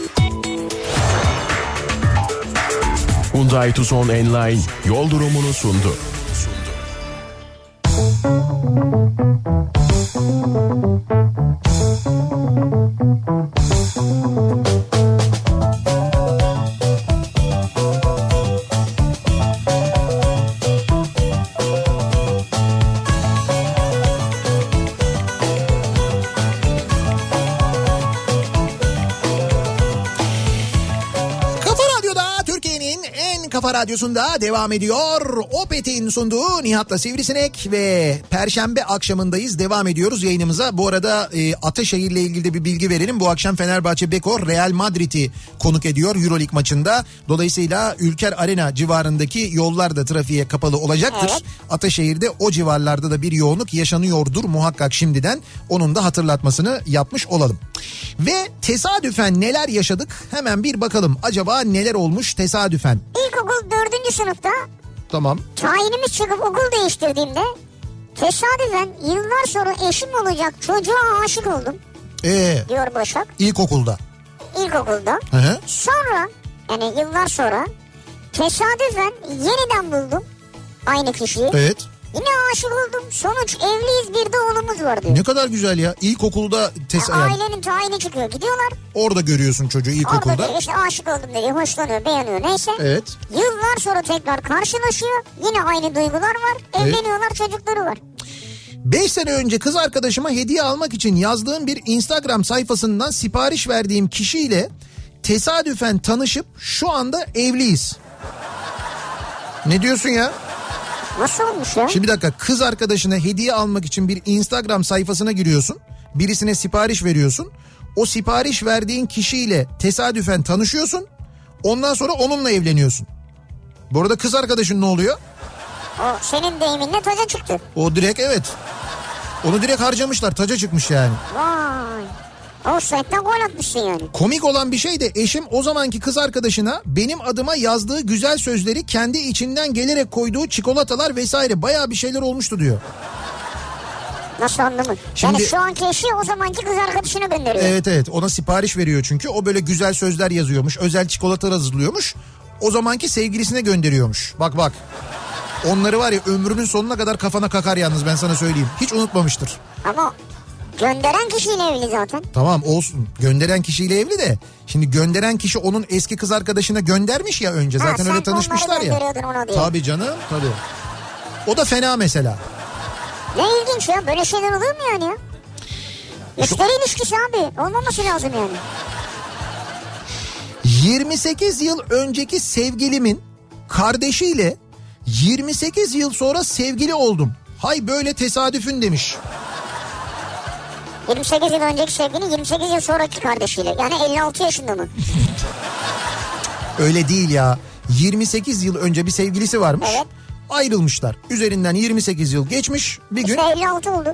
Hyundai Tucson Enline yol durumunu sundu. Kafa Radyosu'nda devam ediyor. Opet'in sunduğu Nihat'la Sivrisinek ve Perşembe akşamındayız. Devam ediyoruz yayınımıza. Bu arada Ataşehir'le ilgili de bir bilgi verelim. Bu akşam Fenerbahçe Beko Real Madrid'i konuk ediyor Euroleague maçında. Dolayısıyla Ülker Arena civarındaki yollar da trafiğe kapalı olacaktır. Evet. Ataşehir'de o civarlarda da bir yoğunluk yaşanıyordur muhakkak şimdiden. Onun da hatırlatmasını yapmış olalım. Ve tesadüfen neler yaşadık? Hemen bir bakalım. Acaba neler olmuş tesadüfen? İlkokul 4. sınıfta Tamam. Tayinimiz çıkıp okul değiştirdiğimde tesadüfen yıllar sonra eşim olacak çocuğa aşık oldum. Diyor Başak. İlkokulda. İlkokulda. Hı. Sonra yani yıllar sonra tesadüfen yeniden buldum aynı kişiyi. Evet. Yine aşık oldum. Sonuç evliyiz, bir de oğlumuz var diyor. Ne kadar güzel ya. İlkokulda ailenin tayini çıkıyor. Gidiyorlar. Orada görüyorsun çocuğu ilkokulda. Orada diyor, işte aşık oldum dedi. Hoşlanıyor, beğeniyor, neyse. Evet. Yıllar sonra tekrar karşılaşıyor. Yine aynı duygular var. Evleniyorlar, çocukları var. 5 sene önce kız arkadaşıma hediye almak için yazdığım bir Instagram sayfasından sipariş verdiğim kişiyle tesadüfen tanışıp şu anda evliyiz. Ne diyorsun ya? Nasıl olmuş ya? Şimdi bir dakika, kız arkadaşına hediye almak için bir Instagram sayfasına giriyorsun. Birisine sipariş veriyorsun. O sipariş verdiğin kişiyle tesadüfen tanışıyorsun. Ondan sonra onunla evleniyorsun. Bu arada kız arkadaşın ne oluyor? O senin deyiminle taca çıktı. O direkt evet. Onu direkt harcamışlar, taca çıkmış yani. Vay. O setten gol atmışsın yani. Komik olan bir şey de eşim o zamanki kız arkadaşına benim adıma yazdığı güzel sözleri kendi içinden gelerek koyduğu çikolatalar vesaire bayağı bir şeyler olmuştu diyor. Nasıl anladın? Şimdi, yani şu anki eşi o zamanki kız arkadaşına gönderiyor. Evet ona sipariş veriyor çünkü o böyle güzel sözler yazıyormuş, özel çikolatalar hazırlıyormuş. O zamanki sevgilisine gönderiyormuş. Bak. Onları var ya ömrünün sonuna kadar kafana kakar yalnız, ben sana söyleyeyim. Hiç unutmamıştır. Ama gönderen kişiyle evli zaten. Tamam olsun, gönderen kişiyle evli de şimdi gönderen kişi onun eski kız arkadaşına göndermiş ya önce, zaten öyle tanışmışlar ya. Tabii canım tabii. O da fena mesela. Ne ilginç ya, böyle şeyler oluyor mu yani ya? Müşteri ilişkisi abi, olmaması lazım yani. 28 yıl önceki sevgilimin kardeşiyle 28 yıl sonra sevgili oldum. Hay böyle tesadüfün demiş. 28 yıl önceki sevgilinin 28 yıl sonraki kardeşiyle. Yani 56 yaşında mı? Öyle değil ya. 28 yıl önce bir sevgilisi varmış. Evet. Ayrılmışlar. Üzerinden 28 yıl geçmiş. Bir gün. İşte 56 oldu.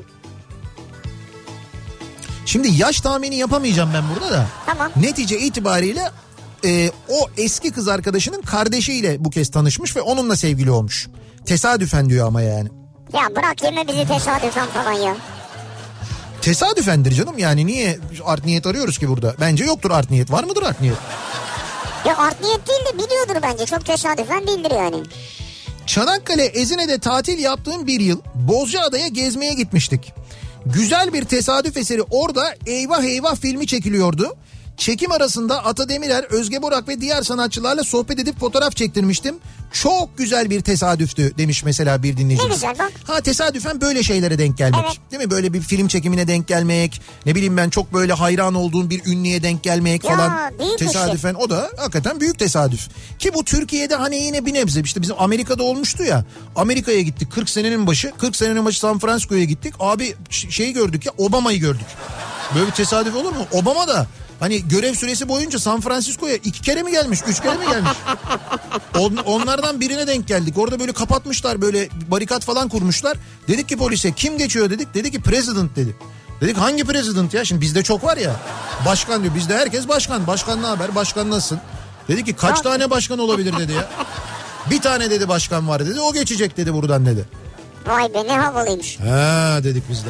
Şimdi yaş tahmini yapamayacağım ben burada da. Tamam. Netice itibariyle o eski kız arkadaşının kardeşiyle bu kez tanışmış ve onunla sevgili olmuş. Tesadüfen diyor ama yani. Ya bırak yeme bizi tesadüfen falan ya. Tesadüfendir canım, yani niye art niyet arıyoruz ki burada? Bence yoktur art niyet. Var mıdır art niyet? Ya art niyet değil de biliyordur bence. Çok tesadüfen değildir yani. Çanakkale Ezine'de tatil yaptığım bir yıl Bozcaada'ya gezmeye gitmiştik. Güzel bir tesadüf eseri orada Eyvah Eyvah filmi çekiliyordu. Çekim arasında Ata Demirer, Özge Borak ve diğer sanatçılarla sohbet edip fotoğraf çektirmiştim. Çok güzel bir tesadüftü demiş mesela bir dinleyicimiz. Ne güzel bak. Ha, tesadüfen böyle şeylere denk gelmek. Evet. Değil mi? Böyle bir film çekimine denk gelmek. Ne bileyim ben, çok böyle hayran olduğum bir ünlüye denk gelmek ya, falan. Tesadüfen şey. O da hakikaten büyük tesadüf. Ki bu Türkiye'de hani yine bir nebze, işte bizim Amerika'da olmuştu ya. Amerika'ya gittik 40 senenin başı San Francisco'ya gittik. Abi şeyi gördük ya, Obama'yı gördük. Böyle bir tesadüf olur mu? Obama da hani görev süresi boyunca San Francisco'ya 2 kere mi gelmiş, 3 kere mi gelmiş? Onlardan birine denk geldik. Orada böyle kapatmışlar, böyle barikat falan kurmuşlar. Dedik ki polise, kim geçiyor dedik. Dedi ki president dedi. Dedik hangi president ya? Şimdi bizde çok var ya. Başkan diyor. Bizde herkes başkan. Başkan ne haber? Başkan nasılsın? Dedi ki kaç tane başkan olabilir dedi ya. Bir tane dedi başkan var dedi. O geçecek dedi buradan dedi. Vay be, ne havalıymış. Ha dedik biz de.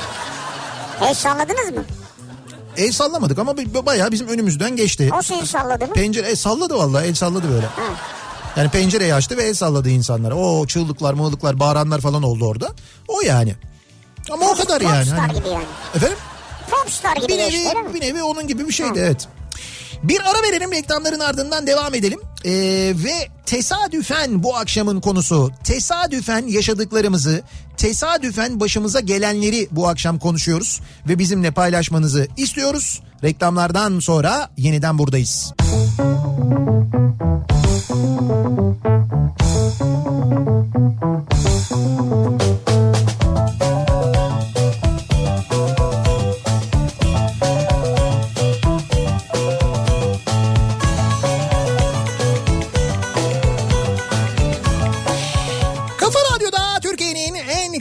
El salladınız mı? El sallamadık ama bayağı bizim önümüzden geçti. O sizi salladı mı? Pencere salladı vallahi, el salladı böyle. Ha. Yani pencereyi açtı ve el salladı insanlara. O çığlıklar, mığlıklar, bağıranlar falan oldu orada. O yani. Ama o kadar yani. Popstar gibi yani. Efendim? Popstar gibi Bir nevi onun gibi bir şeydi, evet. Bir ara verelim, reklamların ardından devam edelim. Ve tesadüfen bu akşamın konusu, tesadüfen yaşadıklarımızı, tesadüfen başımıza gelenleri bu akşam konuşuyoruz ve bizimle paylaşmanızı istiyoruz. Reklamlardan sonra yeniden buradayız.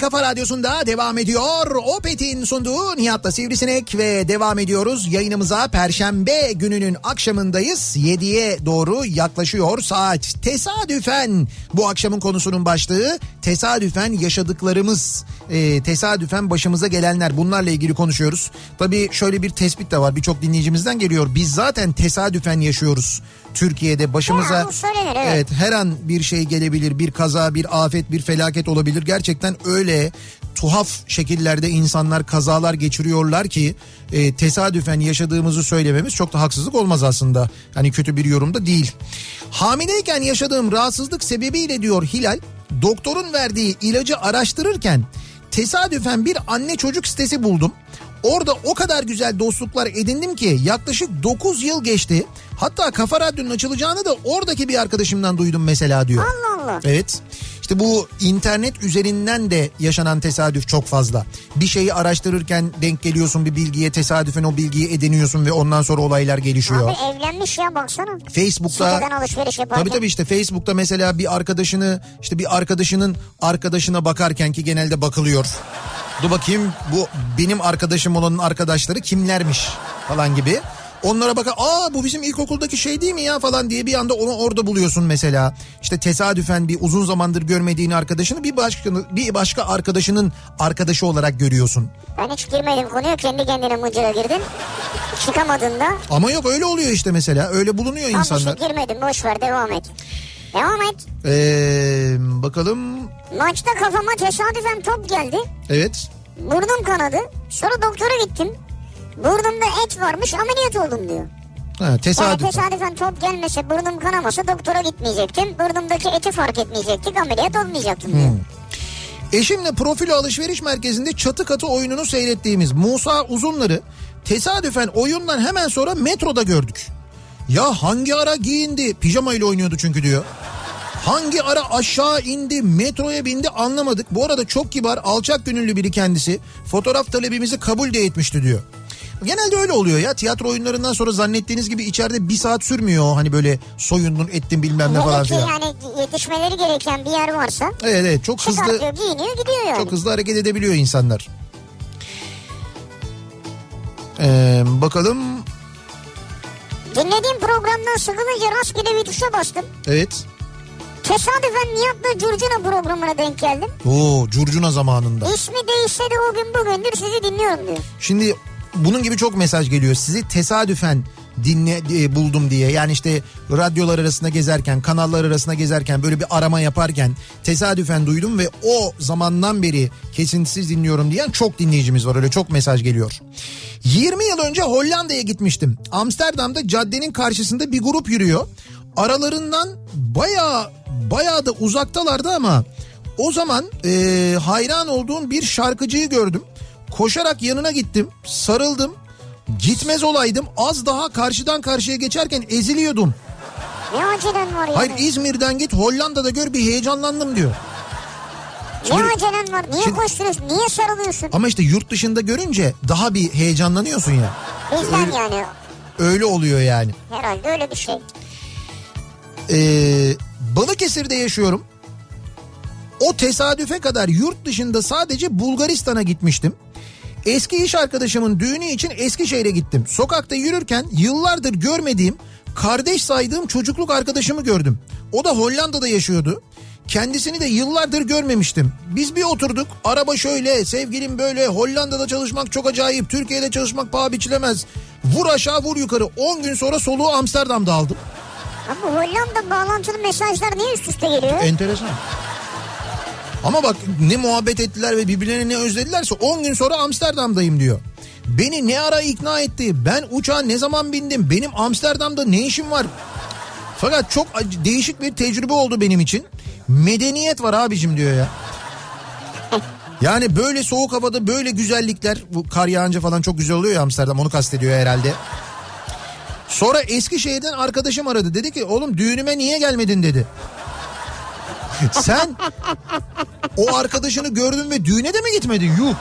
Kafa Radyosu'nda devam ediyor. Opet'in sunduğu Nihat'la Sivrisinek ve devam ediyoruz. Yayınımıza Perşembe gününün akşamındayız. 7'ye doğru yaklaşıyor saat. Tesadüfen bu akşamın konusunun başlığı tesadüfen yaşadıklarımız, tesadüfen başımıza gelenler, bunlarla ilgili konuşuyoruz. Tabii şöyle bir tespit de var, birçok dinleyicimizden geliyor. Biz zaten tesadüfen yaşıyoruz. Türkiye'de başımıza evet, her an bir şey gelebilir, bir kaza, bir afet, bir felaket olabilir. Gerçekten öyle tuhaf şekillerde insanlar kazalar geçiriyorlar ki tesadüfen yaşadığımızı söylememiz çok da haksızlık olmaz aslında. Hani kötü bir yorum da değil. Hamileyken yaşadığım rahatsızlık sebebiyle diyor Hilal, doktorun verdiği ilacı araştırırken tesadüfen bir anne çocuk sitesi buldum. Orada o kadar güzel dostluklar edindim ki yaklaşık 9 yıl geçti. Hatta Kafa Radyo'nun açılacağını da oradaki bir arkadaşımdan duydum mesela diyor. Allah Allah. Evet. İşte bu internet üzerinden de yaşanan tesadüf çok fazla. Bir şeyi araştırırken denk geliyorsun bir bilgiye, tesadüfen o bilgiyi ediniyorsun ve ondan sonra olaylar gelişiyor. Abi evlenmiş ya, baksana. Facebook'ta. Siteden alışveriş yaparken. Tabii işte Facebook'ta mesela bir arkadaşını, işte bir arkadaşının arkadaşına bakarken, ki genelde bakılıyor. Dur bakayım bu benim arkadaşım olanın arkadaşları kimlermiş falan gibi. Onlara bakar, bu bizim ilkokuldaki şey değil mi ya falan diye bir anda onu orada buluyorsun mesela. İşte tesadüfen bir uzun zamandır görmediğin arkadaşını bir başka arkadaşının arkadaşı olarak görüyorsun. Ben hiç girmedim konuya, kendi kendine mıcıra girdin. Çıkamadın da. Ama yok, öyle oluyor işte mesela, öyle bulunuyor insanlar. Tamam, girmedim, boş ver, devam et. Devam et. Bakalım. Maçta kafama tesadüfen top geldi. Evet. Burnum kanadı. Sonra doktora gittim. Burnumda et varmış, ameliyat oldum diyor. Tesadüfen top gelmese, burnum kanamasa doktora gitmeyecektim. Burnumdaki eti fark etmeyecektik, ameliyat olmayacaktım diyor. Eşimle Profilo Alışveriş Merkezi'nde çatı katı oyununu seyrettiğimiz Musa Uzunlar'ı tesadüfen oyundan hemen sonra metroda gördük. Ya hangi ara giyindi? Pijamayla oynuyordu çünkü diyor. Hangi ara aşağı indi, metroya bindi anlamadık. Bu arada çok kibar, alçak gönüllü biri kendisi. Fotoğraf talebimizi kabul de etmişti diyor. Genelde öyle oluyor ya, tiyatro oyunlarından sonra zannettiğiniz gibi içeride bir saat sürmüyor. Hani böyle soyundun ettin bilmem ne falan filan. Yani yetişmeleri gereken bir yer varsa. Evet çok hızlı. Çıkartıyor, giyiniyor, gidiyor yani. Çok hızlı hareket edebiliyor insanlar. Bakalım. Dinlediğim programdan sıkılınca rastgele bir tuşa bastım. Evet. Tesadüfen Nihat'la Curcuna programına denk geldim. Curcuna zamanında. İsmi değişse de o gün bugündür sizi dinliyorum diyor. Şimdi bunun gibi çok mesaj geliyor. Sizi tesadüfen buldum diye. Yani işte radyolar arasında gezerken, kanallar arasında gezerken, böyle bir arama yaparken tesadüfen duydum ve o zamandan beri kesintisiz dinliyorum diyen çok dinleyicimiz var. Öyle çok mesaj geliyor. 20 yıl önce Hollanda'ya gitmiştim. Amsterdam'da caddenin karşısında bir grup yürüyor. Aralarından bayağı da uzaktalardı ama o zaman hayran olduğum bir şarkıcıyı gördüm. Koşarak yanına gittim, sarıldım. Gitmez olaydım, az daha karşıdan karşıya geçerken eziliyordum. Ne acelen var ya? Hayır, İzmir'den git, Hollanda'da gör, bir heyecanlandım diyor. Ne acelen var? Niye koşturuyorsun? Niye sarılıyorsun? Ama işte yurt dışında görünce daha bir heyecanlanıyorsun ya. Bizden yani. Öyle oluyor yani. Herhalde öyle bir şey. Balıkesir'de yaşıyorum. O tesadüfe kadar yurt dışında sadece Bulgaristan'a gitmiştim. Eski iş arkadaşımın düğünü için Eskişehir'e gittim. Sokakta yürürken yıllardır görmediğim, kardeş saydığım çocukluk arkadaşımı gördüm. O da Hollanda'da yaşıyordu. Kendisini de yıllardır görmemiştim. Biz bir oturduk, araba şöyle, sevgilim böyle, Hollanda'da çalışmak çok acayip, Türkiye'de çalışmak paha biçilemez. Vur aşağı vur yukarı, 10 gün sonra soluğu Amsterdam'da aldım. Ama Hollanda bağlantılı mesajlar niye üst üste geliyor? Enteresan. Ama bak ne muhabbet ettiler ve birbirlerini ne özledilerse 10 gün sonra Amsterdam'dayım diyor. Beni ne ara ikna etti? Ben uçağa ne zaman bindim? Benim Amsterdam'da ne işim var? Fakat çok değişik bir tecrübe oldu benim için. Medeniyet var abicim diyor ya. Yani böyle soğuk havada böyle güzellikler, bu kar yağınca falan çok güzel oluyor ya Amsterdam, onu kastediyor herhalde. Sonra Eskişehir'den arkadaşım aradı, dedi ki oğlum düğünüme niye gelmedin dedi. Sen o arkadaşını gördün ve düğüne de mi gitmedin? Yuh.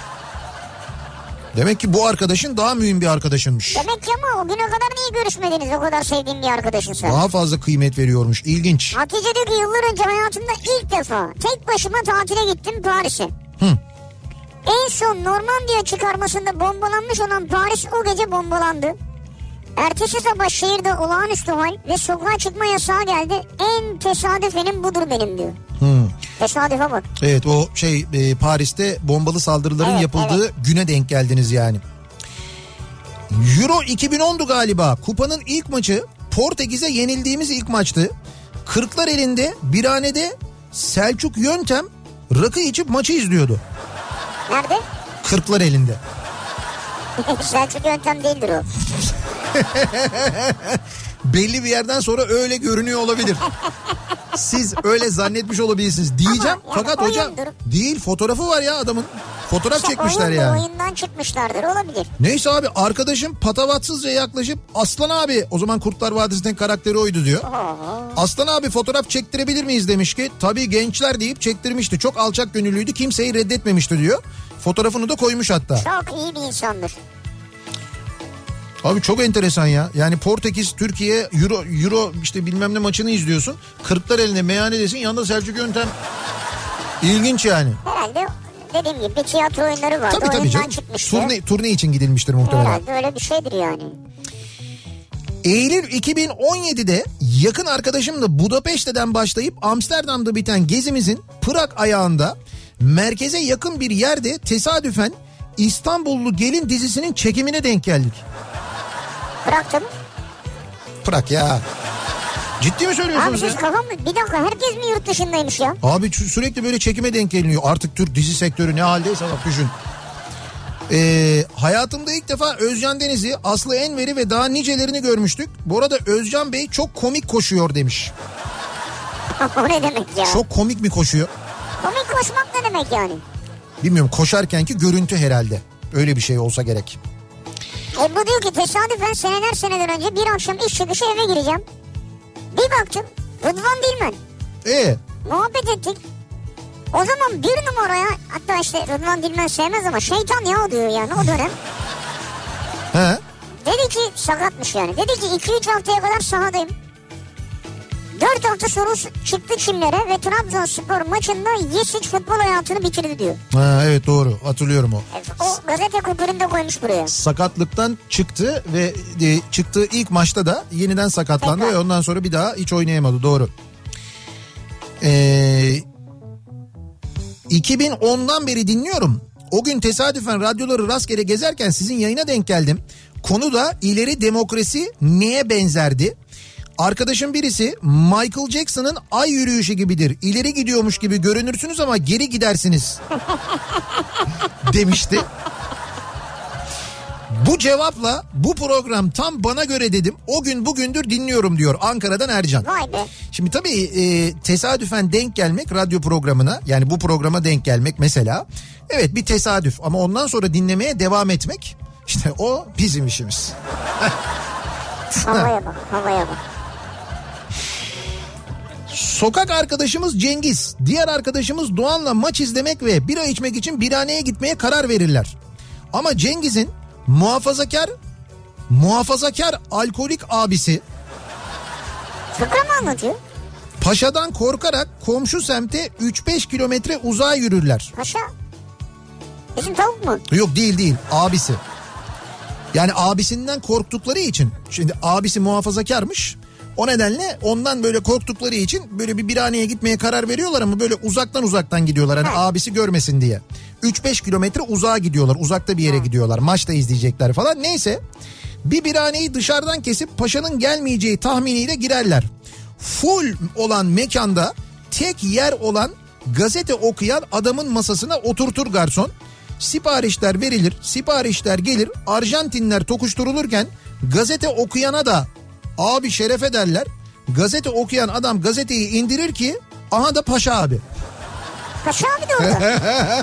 Demek ki bu arkadaşın daha mühim bir arkadaşınmış. Demek ki, ama o güne kadar niye görüşmediniz, o kadar sevdiğin bir arkadaşınsa? Daha fazla kıymet veriyormuş, ilginç. Hatice diyor ki yıllar önce hayatımda ilk defa tek başıma tatile gittim Paris'e. En son Normandiya çıkarmasında bombalanmış olan Paris o gece bombalandı. Ertesi sabah şehirde olağanüstü hal ve sokağa çıkma yasağı geldi. En tesadüfenim budur benim diyor. Tesadüfe bak. Evet, o Paris'te bombalı saldırıların yapıldığı güne denk geldiniz yani. Euro 2010'du galiba. Kupanın ilk maçı, Portekiz'e yenildiğimiz ilk maçtı. Kırklareli'nde birhanede Selçuk Yöntem rakı içip maçı izliyordu. Nerede? Kırklareli'nde. Selçuk Yöntem değildir o. Belli bir yerden sonra öyle görünüyor olabilir. Siz öyle zannetmiş olabilirsiniz diyeceğim. Ama fakat hocam değil, fotoğrafı var ya adamın. Fotoğraf çekmişler yani. Oyundan çıkmışlardır, olabilir. Neyse abi, arkadaşım patavatsızca yaklaşıp Aslan abi, o zaman Kurtlar Vadisi'nin karakteri oydu diyor. Aslan abi fotoğraf çektirebilir miyiz demiş ki tabii gençler deyip çektirmişti. Çok alçak gönüllüydü, kimseyi reddetmemişti diyor. Fotoğrafını da koymuş hatta. Çok iyi bir insandır. Abi çok enteresan ya. Yani Portekiz, Türkiye, Euro işte bilmem ne maçını izliyorsun. Kırklareli'nde meyhanedesin, yanında Selçuk Yöntem. İlginç yani. Herhalde dediğim gibi bir tiyatro oyunları vardı. Tabii canım. Turne için gidilmiştir muhtemelen. Herhalde öyle bir şeydir yani. Eylül 2017'de yakın arkadaşımla Budapeşte'den başlayıp Amsterdam'da biten gezimizin Prag ayağında merkeze yakın bir yerde tesadüfen İstanbullu Gelin dizisinin çekimine denk geldik. Prag'ta mı? Prag ya. Ciddi mi söylüyorsunuz abi, siz kafam mı? Bir dakika, herkes mi yurt dışındaymış ya? Abi sürekli böyle çekime denk geliniyor. Artık Türk dizi sektörü ne haldeyse bak düşün. Hayatımda ilk defa Özcan Deniz'i, Aslı Enver'i ve daha nicelerini görmüştük. Bu arada Özcan Bey çok komik koşuyor demiş. O ne demek ya? Çok komik mi koşuyor? Komik koşmak ne demek yani? Bilmiyorum, koşarkenki görüntü herhalde. Öyle bir şey olsa gerek. Bu diyor ki tesadüfen seneler önce bir akşam iş çıkışı eve gireceğim. Bir baktım Rıdvan Dilmen. Muhabbet ettik. O zaman bir numaraya, hatta işte Rıdvan Dilmen sevmez ama şeytan ya o diyor yani o dönem. Dedi ki sakatmış yani. Dedi ki 2-3 haftaya kadar sahadayım. 4 hafta sonra çıktı çimlere ve Trabzonspor maçında Yesic futbol hayatını bitirdi diyor. Evet doğru, hatırlıyorum o. O gazete kupüründe koymuş buraya. Sakatlıktan çıktı ve çıktığı ilk maçta da yeniden sakatlandı ve ondan sonra bir daha hiç oynayamadı, doğru. 2010'dan beri dinliyorum. O gün tesadüfen radyoları rastgele gezerken sizin yayına denk geldim. Konu da ileri demokrasi neye benzerdi? Arkadaşım birisi Michael Jackson'ın ay yürüyüşü gibidir. İleri gidiyormuş gibi görünürsünüz ama geri gidersiniz demişti. Bu cevapla bu program tam bana göre dedim. O gün bugündür dinliyorum diyor Ankara'dan Ercan. Vay be. Şimdi tabii tesadüfen denk gelmek radyo programına, yani bu programa denk gelmek mesela. Evet bir tesadüf ama ondan sonra dinlemeye devam etmek işte o bizim işimiz. Havaya bak, havaya bak. Sokak arkadaşımız Cengiz, diğer arkadaşımız Doğan'la maç izlemek ve bira içmek için birhaneye gitmeye karar verirler. Ama Cengiz'in muhafazakar alkolik abisi Fıkra mı anlatıyor? Paşa'dan korkarak komşu semte 3-5 kilometre uzağa yürürler. Paşa? Bizim tavuk mu? Yok değil abisi. Yani abisinden korktukları için, şimdi abisi muhafazakarmış. O nedenle ondan böyle korktukları için böyle bir birhaneye gitmeye karar veriyorlar ama böyle uzaktan gidiyorlar. Hani abisi görmesin diye. 3-5 kilometre uzağa gidiyorlar. Uzakta bir yere gidiyorlar. Maç da izleyecekler falan. Neyse bir birhaneyi dışarıdan kesip Paşa'nın gelmeyeceği tahminiyle girerler. Full olan mekanda tek yer olan gazete okuyan adamın masasına oturtur garson. Siparişler verilir, siparişler gelir. Arjantinler tokuşturulurken gazete okuyana da abi şerefe derler. Gazete okuyan adam gazeteyi indirir ki aha da Paşa abi. Paşa abi de orada.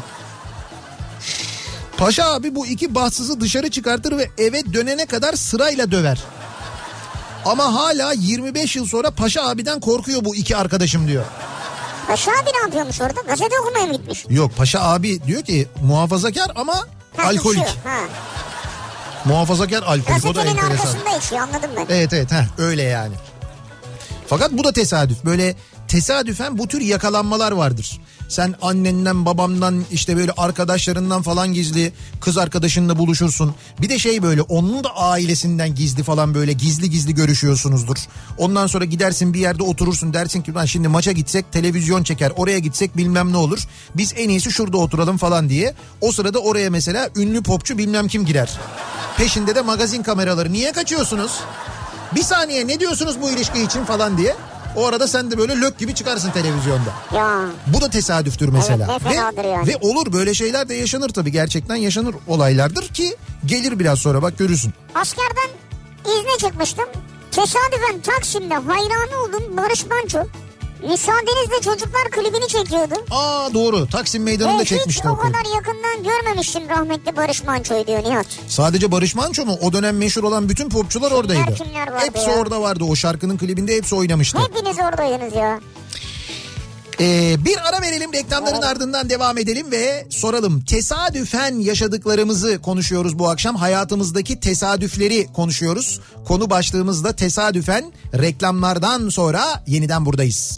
Paşa abi bu iki bahtsızı dışarı çıkartır ve eve dönene kadar sırayla döver. Ama hala 25 yıl sonra Paşa abiden korkuyor bu iki arkadaşım diyor. Paşa abi ne yapıyormuş orada? Gazete okumaya mı gitmiş? Yok, Paşa abi diyor ki muhafazakar ama alkolik. Muhafazakar alkolik. Gazetenin o da enteresan. arkasında içiyor, anladım ben. Evet öyle yani. Fakat bu da tesadüf. Böyle tesadüfen bu tür yakalanmalar vardır. Sen annenden babandan işte böyle arkadaşlarından falan gizli kız arkadaşınla buluşursun. Bir de şey böyle onun da ailesinden gizli falan böyle gizli gizli görüşüyorsunuzdur. Ondan sonra gidersin bir yerde oturursun dersin ki ben şimdi maça gitsek televizyon çeker, oraya gitsek bilmem ne olur. Biz en iyisi şurada oturalım falan diye. O sırada oraya mesela ünlü popçu bilmem kim girer. Peşinde de magazin kameraları. Niye kaçıyorsunuz? Bir saniye ne diyorsunuz bu ilişki için falan diye. O arada sen de böyle lök gibi çıkarsın televizyonda. Ya. Bu da tesadüftür mesela. Evet, ne fenadır yani. Ve olur böyle şeyler de yaşanır tabii. Gerçekten yaşanır olaylardır ki gelir biraz sonra bak görürsün. Askerden izne çıkmıştım. Tesadüfen Taksim'de hayranı oldum Barış Manço. Müsaadenizle çocuklar klibini çekiyordu. Aa doğru, Taksim Meydanı'nda çekmişti. Hiç o kadar yakından görmemiştim rahmetli Barış Manço'yu diyor Nihat. Sadece Barış Manço mu? O dönem meşhur olan bütün popçular oradaydı. Kimler vardı hepsi ya? Orada vardı, o şarkının klibinde hepsi oynamıştı. Hepiniz oradaydınız ya. Bir ara verelim, reklamların ardından devam edelim ve soralım. Tesadüfen yaşadıklarımızı konuşuyoruz bu akşam. Hayatımızdaki tesadüfleri konuşuyoruz. Konu başlığımız da tesadüfen. Reklamlardan sonra yeniden buradayız.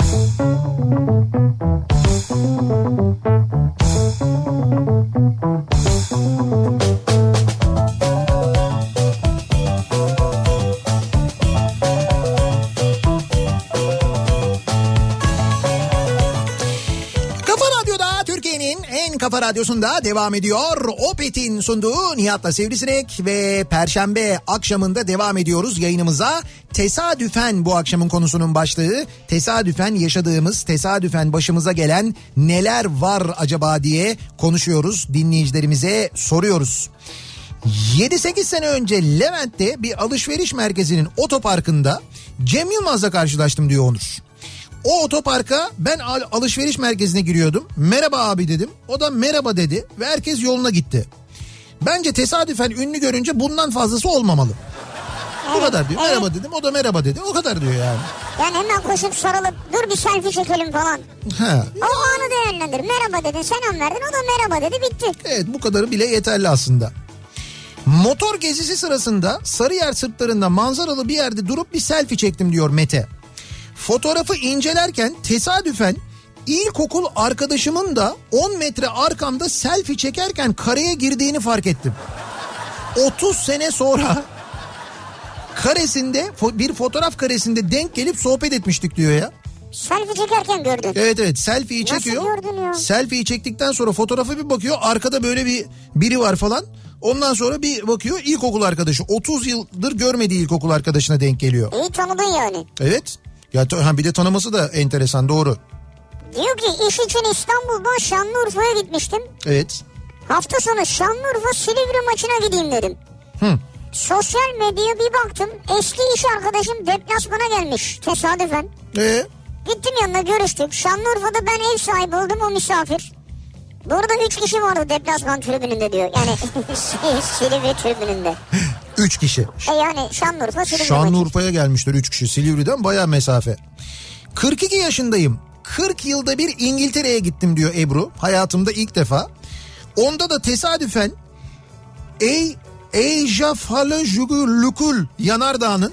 Kafa Radyosu'nda devam ediyor. Opet'in sunduğu Nihat'la Sivrisinek ve Perşembe akşamında devam ediyoruz yayınımıza. Tesadüfen bu akşamın konusunun başlığı. Tesadüfen yaşadığımız, tesadüfen başımıza gelen neler var acaba diye konuşuyoruz. Dinleyicilerimize soruyoruz. 7-8 sene önce Levent'te bir alışveriş merkezinin otoparkında Cem Yılmaz'la karşılaştım diyor Onur. O otoparka ben alışveriş merkezine giriyordum. Merhaba abi dedim. O da merhaba dedi ve herkes yoluna gitti. Bence tesadüfen ünlü görünce bundan fazlası olmamalı. Bu kadar diyor. Merhaba dedim, o da merhaba dedi. O kadar diyor yani. Yani hemen koşup sarılıp dur bir selfie çekelim falan. O anı değerlendir. Merhaba dedin, selam verdin, o da merhaba dedi, bitti. Evet, bu kadarı bile yeterli aslında. Motor gezisi sırasında Sarıyer sırtlarında manzaralı bir yerde durup bir selfie çektim diyor Mete. Fotoğrafı incelerken tesadüfen ilkokul arkadaşımın da 10 metre arkamda selfie çekerken kareye girdiğini fark ettim. 30 sene sonra karesinde, bir fotoğraf karesinde denk gelip sohbet etmiştik diyor ya. Selfie çekerken gördün. Evet selfie'yi çekiyor. Nasıl gördün ya? Selfie'yi çektikten sonra fotoğrafa bir bakıyor, arkada böyle biri var falan. Ondan sonra bir bakıyor, ilkokul arkadaşı, 30 yıldır görmediği ilkokul arkadaşına denk geliyor. İyi tanıdın yani. Evet. Ya bir de tanıması da enteresan, doğru. Diyor ki iş için İstanbul'dan Şanlıurfa'ya gitmiştim. Evet. Hafta sonu Şanlıurfa Silivri maçına gideyim dedim. Sosyal medyaya bir baktım, eski iş arkadaşım deplasmana gelmiş tesadüfen. Gittim yanına, görüştük. Şanlıurfa'da ben ev sahibi oldum, o misafir. Burada 3 kişi vardı deplasman tribününde diyor. Yani Silivri tribününde. 3 kişi. Yani Şanlıurfa Silivri. Şanlıurfa'ya gelmişler 3 kişi. Silivri'den bayağı mesafe. 42 yaşındayım. 40 yılda bir İngiltere'ye gittim diyor Ebru. Hayatımda ilk defa. Onda da tesadüfen Eyjafjallajökull yanardağının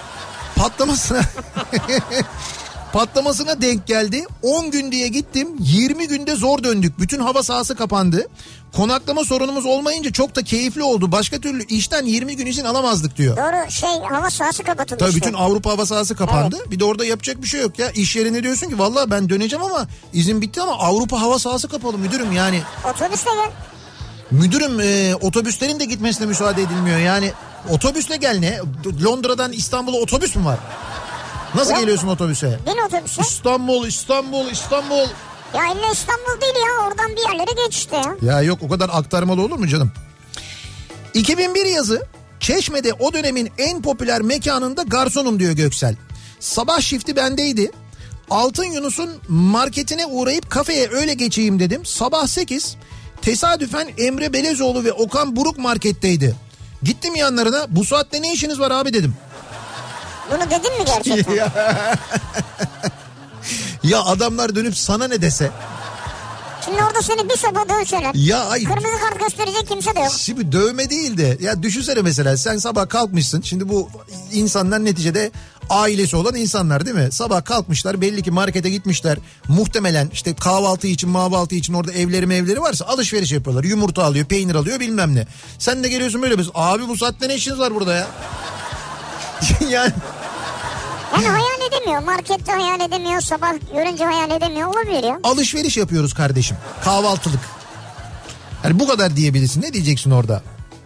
patlamasına denk geldi. 10 gün diye gittim. 20 günde zor döndük. Bütün hava sahası kapandı. Konaklama sorunumuz olmayınca çok da keyifli oldu. Başka türlü işten 20 gün izin alamazdık diyor. Doğru, hava sahası kapatıldı. Tabii bütün Avrupa hava sahası kapandı. Evet. Bir de orada yapacak bir şey yok ya. İş yerine diyorsun ki vallahi ben döneceğim ama izin bitti ama Avrupa hava sahası kapalı müdürüm yani. Otobüsle gel. Müdürüm otobüslerin de gitmesine müsaade edilmiyor yani. Otobüsle gel ne? Londra'dan İstanbul'a otobüs mü var? Nasıl geliyorsun otobüse? Bin otobüse. İstanbul. Ya illa İstanbul değil ya, oradan bir yerlere geç işte ya. Ya yok, o kadar aktarmalı olur mu canım? 2001 yazı, Çeşme'de o dönemin en popüler mekanında garsonum diyor Göksel. Sabah şifti bendeydi. Altın Yunus'un marketine uğrayıp kafeye öyle geçeyim dedim. Sabah 8, tesadüfen Emre Belezoğlu ve Okan Buruk marketteydi. Gittim yanlarına, bu saatte ne işiniz var abi dedim. Bunu dedin mi gerçekten? Ya adamlar dönüp sana ne dese. Şimdi orada seni bir sopa dövseler. Ya ay. Kırmızı kart gösterecek kimse de yok. Şimdi dövme değil de ya düşünsene mesela sen sabah kalkmışsın. Şimdi bu insanlar neticede ailesi olan insanlar değil mi? Sabah kalkmışlar, belli ki markete gitmişler. Muhtemelen işte kahvaltı için orada evleri varsa alışveriş yapıyorlar. Yumurta alıyor, peynir alıyor, bilmem ne. Sen de geliyorsun böyle abi bu saatte ne işiniz var burada ya? Yani hayal edemiyor. Markette hayal edemiyor. Sabah görünce hayal edemiyor. Olabilir ya. Alışveriş yapıyoruz kardeşim. Kahvaltılık. Yani bu kadar diyebilirsin. Ne diyeceksin orada?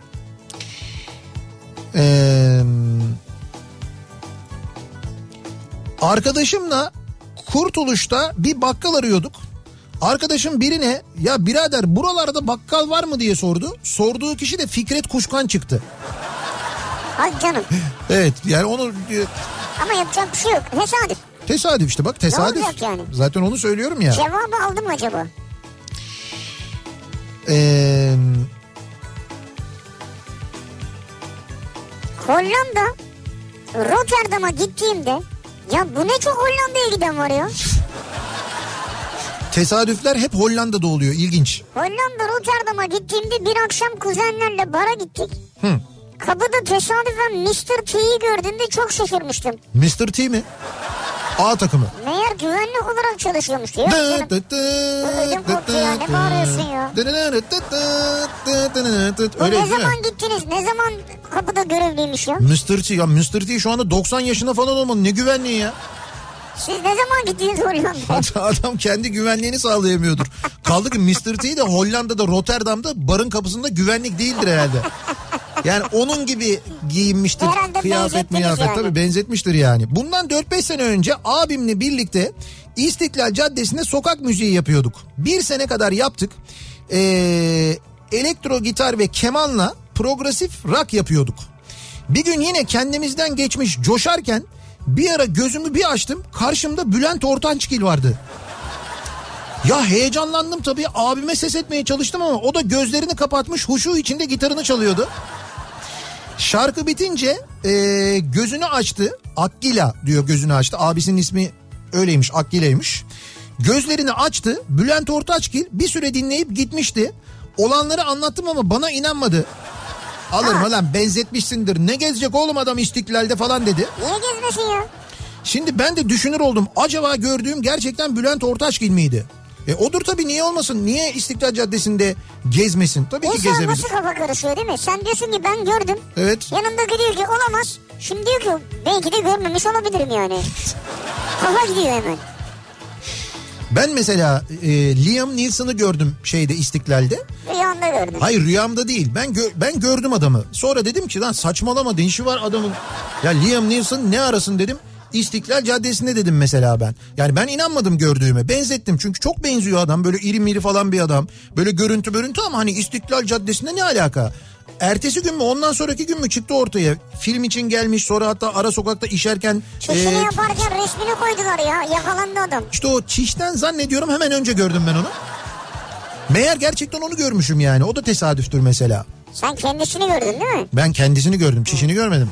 Arkadaşımla Kurtuluş'ta bir bakkal arıyorduk. Arkadaşım birine ya birader buralarda bakkal var mı diye sordu. Sorduğu kişi de Fikret Kuşkan çıktı. Ay canım. Evet yani onu... Ama yapacak bir şey yok. Tesadüf. Tesadüf işte bak tesadüf. Ne olacak yani? Zaten onu söylüyorum ya. Cevabı aldın mı acaba? Hollanda Rotterdam'a gittiğimde ya bu ne çok Hollanda'ya giden var ya. Tesadüfler hep Hollanda'da oluyor, ilginç. Hollanda Rotterdam'a gittiğimde bir akşam kuzenlerle bara gittik. Kapıda tesadüfen Mr. T'yi gördüğümde çok şaşırmıştım. Mr. T mi? A takımı. Meğer güvenlik olarak çalışıyormuş diyor. Ödüm koptu ya, ne bağırıyorsun ya? Öyle ne zaman gittiniz? Ne zaman kapıda görevliymiş ya? Mr. T ya, Mr. T şu anda 90 yaşında falan olmalı, ne güvenliği ya? Siz ne zaman gittiniz Hollanda'ya? Adam kendi güvenliğini sağlayamıyordur. Kaldı ki Mr. T de Hollanda'da, Rotterdam'da barın kapısında güvenlik değildir herhalde. Yani onun gibi giyinmiştir, herhalde kıyafet yani. Tabii benzetmiştir yani. Bundan 4-5 sene önce abimle birlikte İstiklal Caddesi'nde sokak müziği yapıyorduk. 1 sene kadar yaptık. Elektro gitar ve kemanla progresif rock yapıyorduk. Bir gün yine kendimizden geçmiş coşarken bir ara gözümü bir açtım, karşımda Bülent Ortaçgil vardı. Ya heyecanlandım tabii, abime ses etmeye çalıştım ama o da gözlerini kapatmış, huşu içinde gitarını çalıyordu. Şarkı bitince gözünü açtı. Akgila diyor, gözünü açtı. Abisinin ismi öyleymiş, Akgila'ymış. Gözlerini açtı. Bülent Ortaçgil bir süre dinleyip gitmişti. Olanları anlattım ama bana inanmadı. Alırım lan, benzetmişsindir. Ne gezecek oğlum adam İstiklal'de falan dedi. Niye gezmesin ya? Şimdi ben de düşünür oldum. Acaba gördüğüm gerçekten Bülent Ortaçgil miydi? Odur tabii, niye olmasın? Niye İstiklal Caddesi'nde gezmesin? Tabii ki gezebilir. Nasıl kafa karışıyor değil mi? Sen diyorsun ki ben gördüm. Evet. Yanındaki diyor ki olamaz. Şimdi diyor ki belki de görmemiş olabilirim yani. Kafa gidiyor hemen. Ben mesela Liam Neeson'ı gördüm İstiklal'de. Rüyamda gördüm. Hayır, rüyamda değil. Ben gördüm adamı. Sonra dedim ki lan saçmalama, ne işi var adamın? Ya Liam Neeson ne arasın dedim. İstiklal Caddesi'nde dedim mesela ben. Yani ben inanmadım gördüğüme. Benzettim çünkü çok benziyor adam. Böyle iri miri falan bir adam. Böyle görüntü ama hani İstiklal Caddesi'nde ne alaka? Ertesi gün mü, ondan sonraki gün mü çıktı ortaya? Film için gelmiş, sonra hatta ara sokakta işerken... Çişini yaparken resmini koydular ya. Yakalandı adam. İşte o çişten zannediyorum hemen önce gördüm ben onu. Meğer gerçekten onu görmüşüm yani. O da tesadüftür mesela. Sen kendisini gördün değil mi? Ben kendisini gördüm. Çişini görmedim.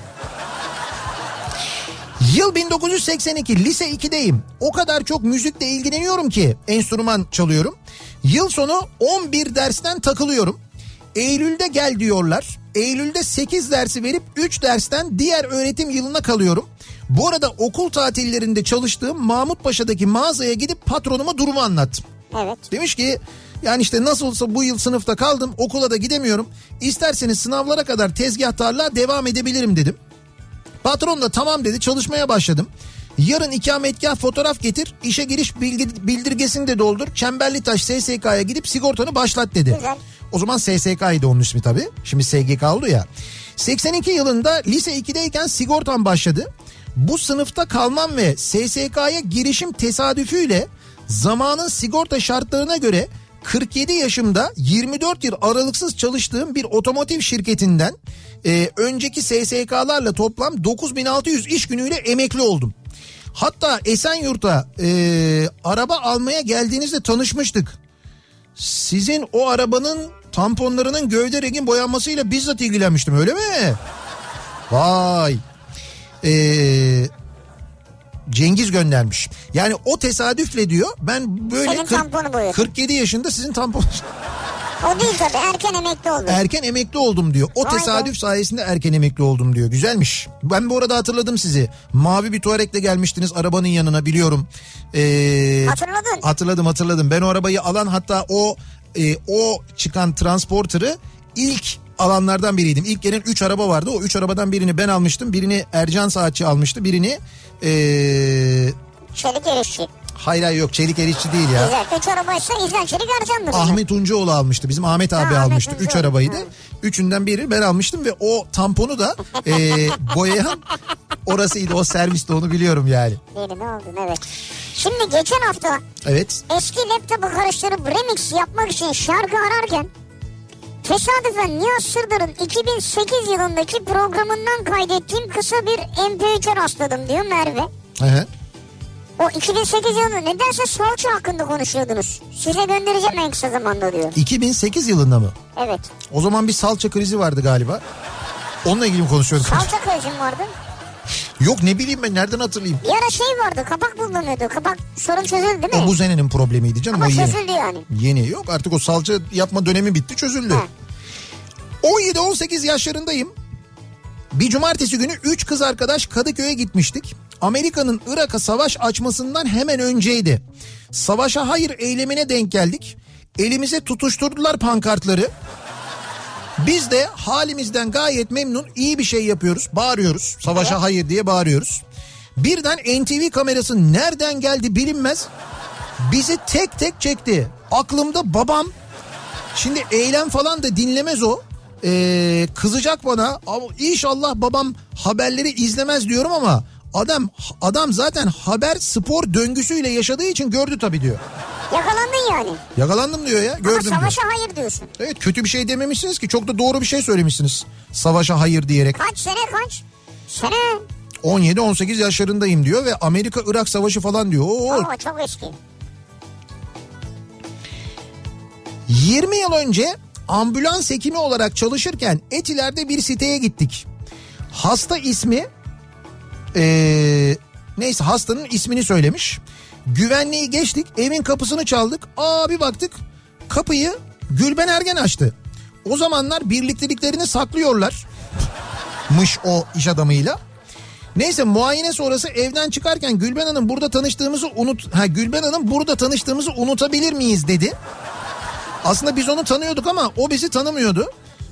Yıl 1982, lise 2'deyim. O kadar çok müzikle ilgileniyorum ki enstrüman çalıyorum. Yıl sonu 11 dersten takılıyorum. Eylül'de gel diyorlar. Eylül'de 8 dersi verip 3 dersten diğer öğretim yılına kalıyorum. Bu arada okul tatillerinde çalıştığım Mahmutpaşa'daki mağazaya gidip patronuma durumu anlattım. Evet. Demiş ki yani işte nasıl olsa bu yıl sınıfta kaldım, okula da gidemiyorum. İsterseniz sınavlara kadar tezgahtarlığa devam edebilirim dedim. Patron da tamam dedi, çalışmaya başladım. Yarın ikametgah fotoğraf getir, işe giriş bildirgesini de doldur. Çemberlitaş SSK'ya gidip sigortanı başlat dedi. Güzel. O zaman SSK'ydı onun ismi tabii. Şimdi SGK oldu ya. 82 yılında lise 2'deyken sigortam başladı. Bu sınıfta kalmam ve SSK'ya girişim tesadüfüyle zamanın sigorta şartlarına göre 47 yaşımda 24 yıl aralıksız çalıştığım bir otomotiv şirketinden önceki SSK'larla toplam 9.600 iş günüyle emekli oldum. Hatta Esenyurt'a araba almaya geldiğinizde tanışmıştık. Sizin o arabanın tamponlarının gövde rengin boyanmasıyla bizzat ilgilenmiştim, öyle mi? Vay. Cengiz göndermiş. Yani o tesadüfle diyor, ben böyle 47 yaşında sizin tampon... O değil tabii, erken emekli oldum. Erken emekli oldum diyor. O tesadüf sayesinde erken emekli oldum diyor. Güzelmiş. Ben bu arada hatırladım sizi. Mavi bir Touareg'le gelmiştiniz arabanın yanına, biliyorum. Hatırladın. Hatırladım. Ben o arabayı alan, hatta o çıkan transporter'ı ilk alanlardan biriydim. İlk gelen 3 araba vardı. O 3 arabadan birini ben almıştım. Birini Ercan Saatçi almıştı. Birini Çelik Erişçi. Hayır yok, Çelik Erişçi değil ya. Güzel. 3 arabaysa İzlen Çelik Ercan'dır. Ahmet Uncuoğlu almıştı. Bizim Ahmet abi almıştı. 3 arabaydı. Üçünden biri ben almıştım ve o tamponu da boyayan orasıydı. O serviste, onu biliyorum yani. Yerini aldın, evet. Şimdi geçen hafta eski laptopu karıştırıp remix yapmak için şarkı ararken tesadüfen Nihat Sırdar'ın 2008 yılındaki programından kaydettiğim kısa bir MP3'e rastladım diyor Merve. Hı. O 2008 yılında nedense salça hakkında konuşuyordunuz. Size göndereceğim en kısa zamanda diyor. 2008 yılında mı? Evet. O zaman bir salça krizi vardı galiba. Onunla ilgili mi konuşuyorduk? Salça krizi mi vardı? Yok, ne bileyim ben, nereden hatırlayayım? Bir ara şey vardı, kapak bulunamıyordu. Kapak sorun çözüldü değil mi? O bu senenin problemiydi canım. Ama o yeni. çözüldü yani. Yeni yok artık, o salça yapma dönemi bitti, çözüldü. 17-18 yaşlarındayım. Bir cumartesi günü 3 kız arkadaş Kadıköy'e gitmiştik. Amerika'nın Irak'a savaş açmasından hemen önceydi. Savaşa hayır eylemine denk geldik. Elimize tutuşturdular pankartları. Biz de halimizden gayet memnun, iyi bir şey yapıyoruz, bağırıyoruz. Savaşa hayır diye bağırıyoruz. Birden NTV kamerası nereden geldi bilinmez bizi tek tek çekti. Aklımda babam, şimdi eylem falan da dinlemez o. Kızacak bana. İnşallah babam haberleri izlemez diyorum ama adam zaten haber spor döngüsüyle yaşadığı için gördü tabii diyor. Yakalandın yani. Yakalandım diyor ya. Gördüm ama savaşa diyor. Hayır diyorsun. Evet, kötü bir şey dememişsiniz ki, çok da doğru bir şey söylemişsiniz. Savaşa hayır diyerek. Kaç sene? 17-18 yaşlarındayım diyor ve Amerika-Irak savaşı falan diyor. Oo, çok eski. 20 yıl önce ambulans hekimi olarak çalışırken Etiler'de bir siteye gittik. Hasta ismi neyse, hastanın ismini söylemiş. Güvenliği geçtik, evin kapısını çaldık. Bir baktık kapıyı Gülben Ergen açtı. O zamanlar birlikteliklerini saklıyorlarmış o iş adamıyla. Neyse, muayene sonrası evden çıkarken Gülben Hanım burada tanıştığımızı unutabilir miyiz dedi. Aslında biz onu tanıyorduk ama o bizi tanımıyordu.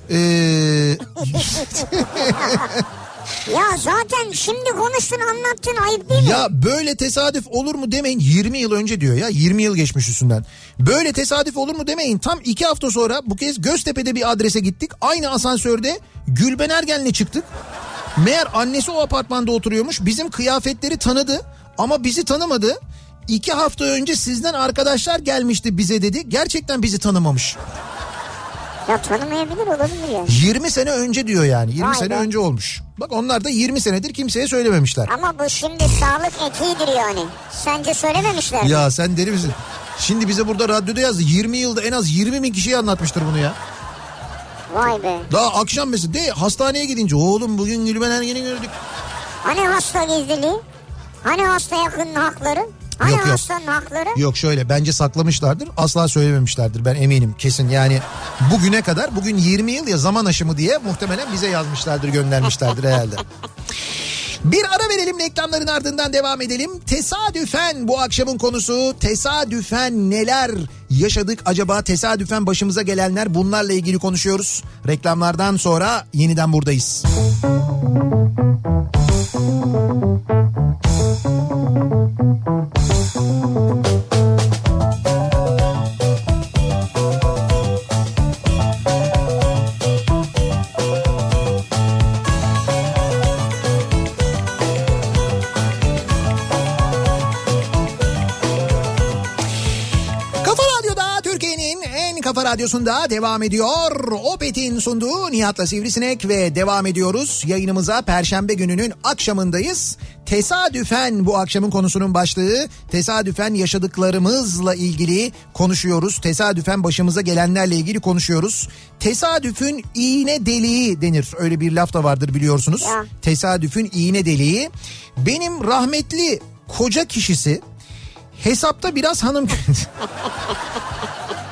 Ya zaten şimdi konuştun, anlattın, ayıp değil mi? Ya böyle tesadüf olur mu demeyin. 20 yıl önce diyor ya, 20 yıl geçmiş üstünden. Böyle tesadüf olur mu demeyin. Tam 2 hafta sonra bu kez Göztepe'de bir adrese gittik. Aynı asansörde Gülben Ergen'le çıktık. Meğer annesi o apartmanda oturuyormuş. Bizim kıyafetleri tanıdı ama bizi tanımadı. 2 hafta önce sizden arkadaşlar gelmişti bize dedi. Gerçekten bizi tanımamış. Ya tanımayabilir, olabilir yani. 20 sene önce diyor yani. 20 sene önce olmuş. Bak onlar da 20 senedir kimseye söylememişler. Ama bu şimdi sağlık etiğidir yani. Sence söylememişler mi? Ya sen deli misin? Şimdi bize burada radyoda yazdı. 20 yılda en az 20 bin kişiye anlatmıştır bunu ya. Vay be. Daha akşam mesela hastaneye gidince oğlum bugün Gülben Ergen'i gördük. Hani hasta gizliliği? Hani hasta yakının hakları? Hani hastanın hakları? Yok, şöyle, bence saklamışlardır, asla söylememişlerdir, ben eminim, kesin yani. Bugüne kadar, bugün 20 yıl ya, zaman aşımı diye muhtemelen bize yazmışlardır, göndermişlerdir herhalde. Bir ara verelim, reklamların ardından devam edelim. Tesadüfen bu akşamın konusu, tesadüfen neler yaşadık acaba, tesadüfen başımıza gelenler, bunlarla ilgili konuşuyoruz. Reklamlardan sonra yeniden buradayız. Kafa Radyosu'nda devam ediyor. Opet'in sunduğu Nihat'la Sivrisinek ve devam ediyoruz. Yayınımıza Perşembe gününün akşamındayız. Tesadüfen bu akşamın konusunun başlığı. Tesadüfen yaşadıklarımızla ilgili konuşuyoruz. Tesadüfen başımıza gelenlerle ilgili konuşuyoruz. Tesadüfün iğne deliği denir. Öyle bir laf da vardır biliyorsunuz. Ya. Tesadüfün iğne deliği. Benim rahmetli koca kişisi hesapta biraz hanım...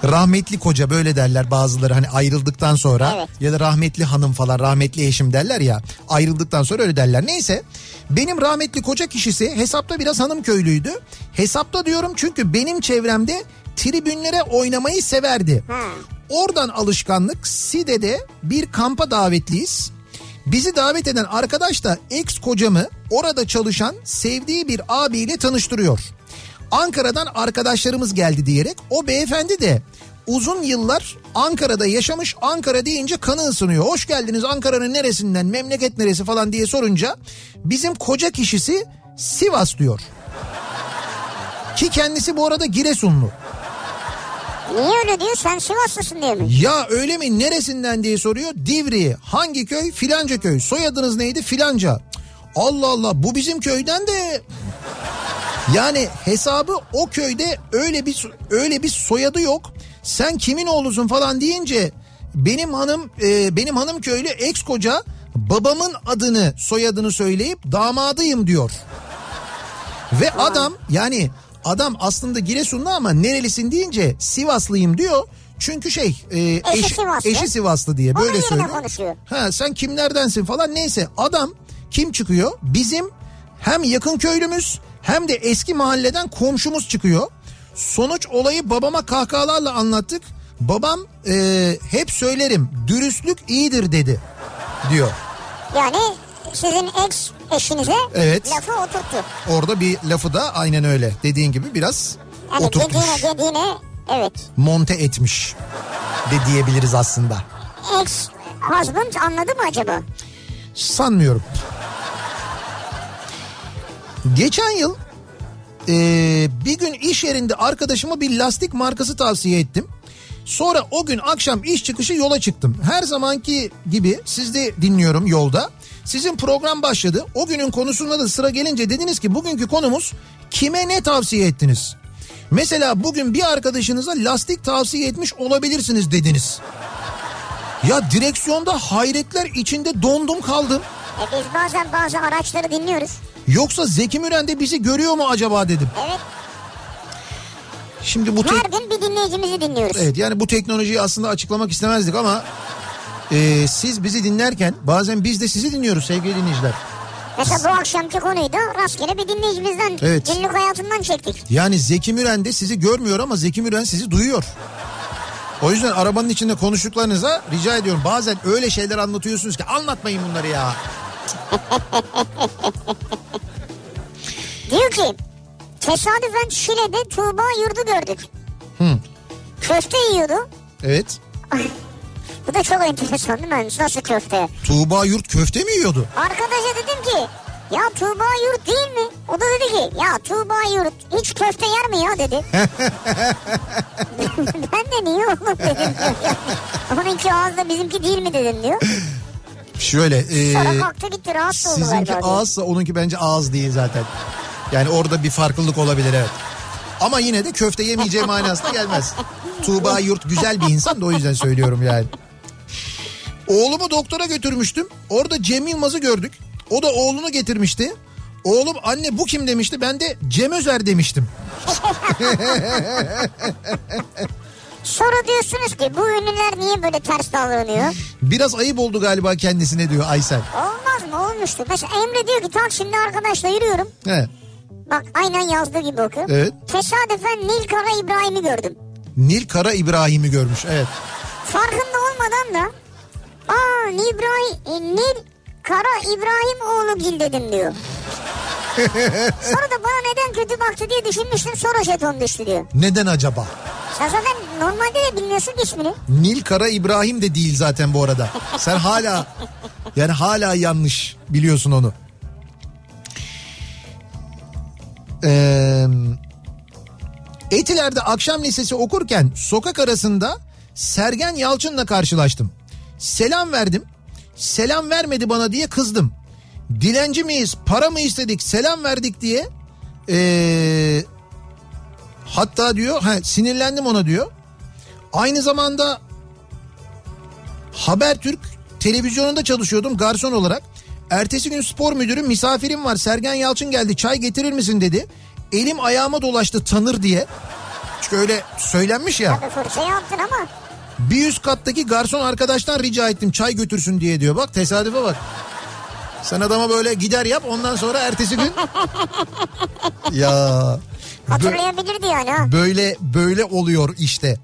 Rahmetli koca böyle derler bazıları, hani ayrıldıktan sonra, evet. Ya da rahmetli hanım falan, rahmetli eşim derler ya, ayrıldıktan sonra öyle derler. Neyse, benim rahmetli koca kişisi hesapta biraz hanım köylüydü. Hesapta diyorum çünkü benim çevremde tribünlere oynamayı severdi. Oradan alışkanlık, Side'de bir kampa davetliyiz. Bizi davet eden arkadaş da ex kocamı orada çalışan sevdiği bir abiyle tanıştırıyor. Ankara'dan arkadaşlarımız geldi diyerek, o beyefendi de uzun yıllar Ankara'da yaşamış, Ankara deyince kanı ısınıyor. Hoş geldiniz, Ankara'nın neresinden, memleket neresi falan diye sorunca bizim koca kişisi Sivas diyor. Ki kendisi bu arada Giresunlu. Niye öyle diyor, sen Sivaslısın diye mi? Ya öyle mi, neresinden diye soruyor. Divri, hangi köy? Filanca köy. Soyadınız neydi? Filanca. Allah Allah, bu bizim köyden de... Yani hesabı o köyde öyle bir soyadı yok. Sen kimin oğlusun falan deyince benim hanım köylü ex koca babamın adını, soyadını söyleyip damadıyım diyor. Ve adam aslında Giresunlu ama nerelisin deyince Sivaslıyım diyor. Çünkü eşi Sivaslı diye böyle söylüyor. Ha, sen kimlerdensin falan, neyse adam kim çıkıyor? Bizim hem yakın köylümüz hem de eski mahalleden komşumuz çıkıyor. Sonuç olayı babama kahkahalarla anlattık. Babam hep söylerim, dürüstlük iyidir dedi diyor. Yani sizin ex eşinize evet, lafı oturttu. Orada bir lafı da aynen öyle dediğin gibi biraz yani oturtmuş. Dediğine evet. Monte etmiş de diyebiliriz aslında. Ex husband anladı mı acaba? Sanmıyorum. Geçen yıl bir gün iş yerinde arkadaşıma bir lastik markası tavsiye ettim. Sonra o gün akşam iş çıkışı yola çıktım. Her zamanki gibi siz de dinliyorum yolda. Sizin program başladı. O günün konusunda da sıra gelince dediniz ki bugünkü konumuz kime ne tavsiye ettiniz? Mesela bugün bir arkadaşınıza lastik tavsiye etmiş olabilirsiniz dediniz. Ya direksiyonda hayretler içinde dondum kaldım. Biz bazen bazı araçları dinliyoruz. Yoksa Zeki Müren de bizi görüyor mu acaba dedim. Evet. Şimdi bu her gün bir dinleyicimizi dinliyoruz. Evet, yani bu teknolojiyi aslında açıklamak istemezdik ama siz bizi dinlerken bazen biz de sizi dinliyoruz sevgili dinleyiciler. Mesela bu akşamki konuyu da rastgele bir dinleyicimizden, evet, günlük hayatından çektik. Yani Zeki Müren de sizi görmüyor ama Zeki Müren sizi duyuyor. O yüzden arabanın içinde konuştuklarınıza rica ediyorum. Bazen öyle şeyler anlatıyorsunuz ki anlatmayın bunları ya. Diyor ki tesadüfen Şile'de Tuğba Yurt'u gördük. Köfte yiyordu. Evet. Bu da çok enteresan değil mi? Nasıl köfte? Tuğba Yurt köfte mi yiyordu? Arkadaşa dedim ki ya Tuğba Yurt değil mi? O da dedi ki ya Tuğba Yurt hiç köfte yer mi ya dedi. Ben de niye oğlum dedim. Onunki ağız da bizimki değil mi dedim diyor. Şöyle. Sonra kalktı gitti, rahatsız oldu galiba. Sizinki ağızsa onunki bence ağız değil zaten. Yani orada bir farklılık olabilir, evet. Ama yine de köfte yemeyeceği manasına gelmez. Tuğba Yurt güzel bir insan da o yüzden söylüyorum yani. Oğlumu doktora götürmüştüm. Orada Cem Yılmaz'ı gördük. O da oğlunu getirmişti. Oğlum anne bu kim demişti. Ben de Cem Özer demiştim. Sonra diyorsunuz ki bu ünlüler niye böyle ters davranıyor? Biraz ayıp oldu galiba kendisine diyor Aysel. Olmaz mı? Olmuştu. Mesela Emre diyor ki Taksim'de arkadaşla yürüyorum. He. Bak aynen yazdığı gibi okuyor. Evet. Tesadüfen Nil Kara İbrahim'i gördüm. Nil Kara İbrahim'i görmüş, evet. Farkında olmadan da Nil Kara İbrahim oğlu Gil dedim diyor. Sonra da bana neden kötü baktı diye düşünmüştüm, sonra jeton düştü diyor. Neden acaba? Sen zaten normalde de bilmiyorsun ismini. Nil Kara İbrahim de değil zaten bu arada. Sen hala yanlış biliyorsun onu. Etiler'de akşam lisesi okurken sokak arasında Sergen Yalçın'la karşılaştım. Selam verdim. Selam vermedi bana diye kızdım. Dilenci miyiz, para mı istedik, selam verdik diye. Hatta diyor sinirlendim ona diyor. Aynı zamanda Habertürk televizyonunda çalışıyordum garson olarak. Ertesi gün spor müdürü misafirim var Sergen Yalçın geldi çay getirir misin dedi. Elim ayağıma dolaştı tanır diye. Çünkü öyle söylenmiş ya. Tabii fırçayı attın ama. Bir üst kattaki garson arkadaştan rica ettim çay götürsün diye diyor. Bak tesadüfe bak. Sen adama böyle gider yap, ondan sonra ertesi gün. Ya. Hatırlayabilirdi yani ha. Böyle oluyor işte.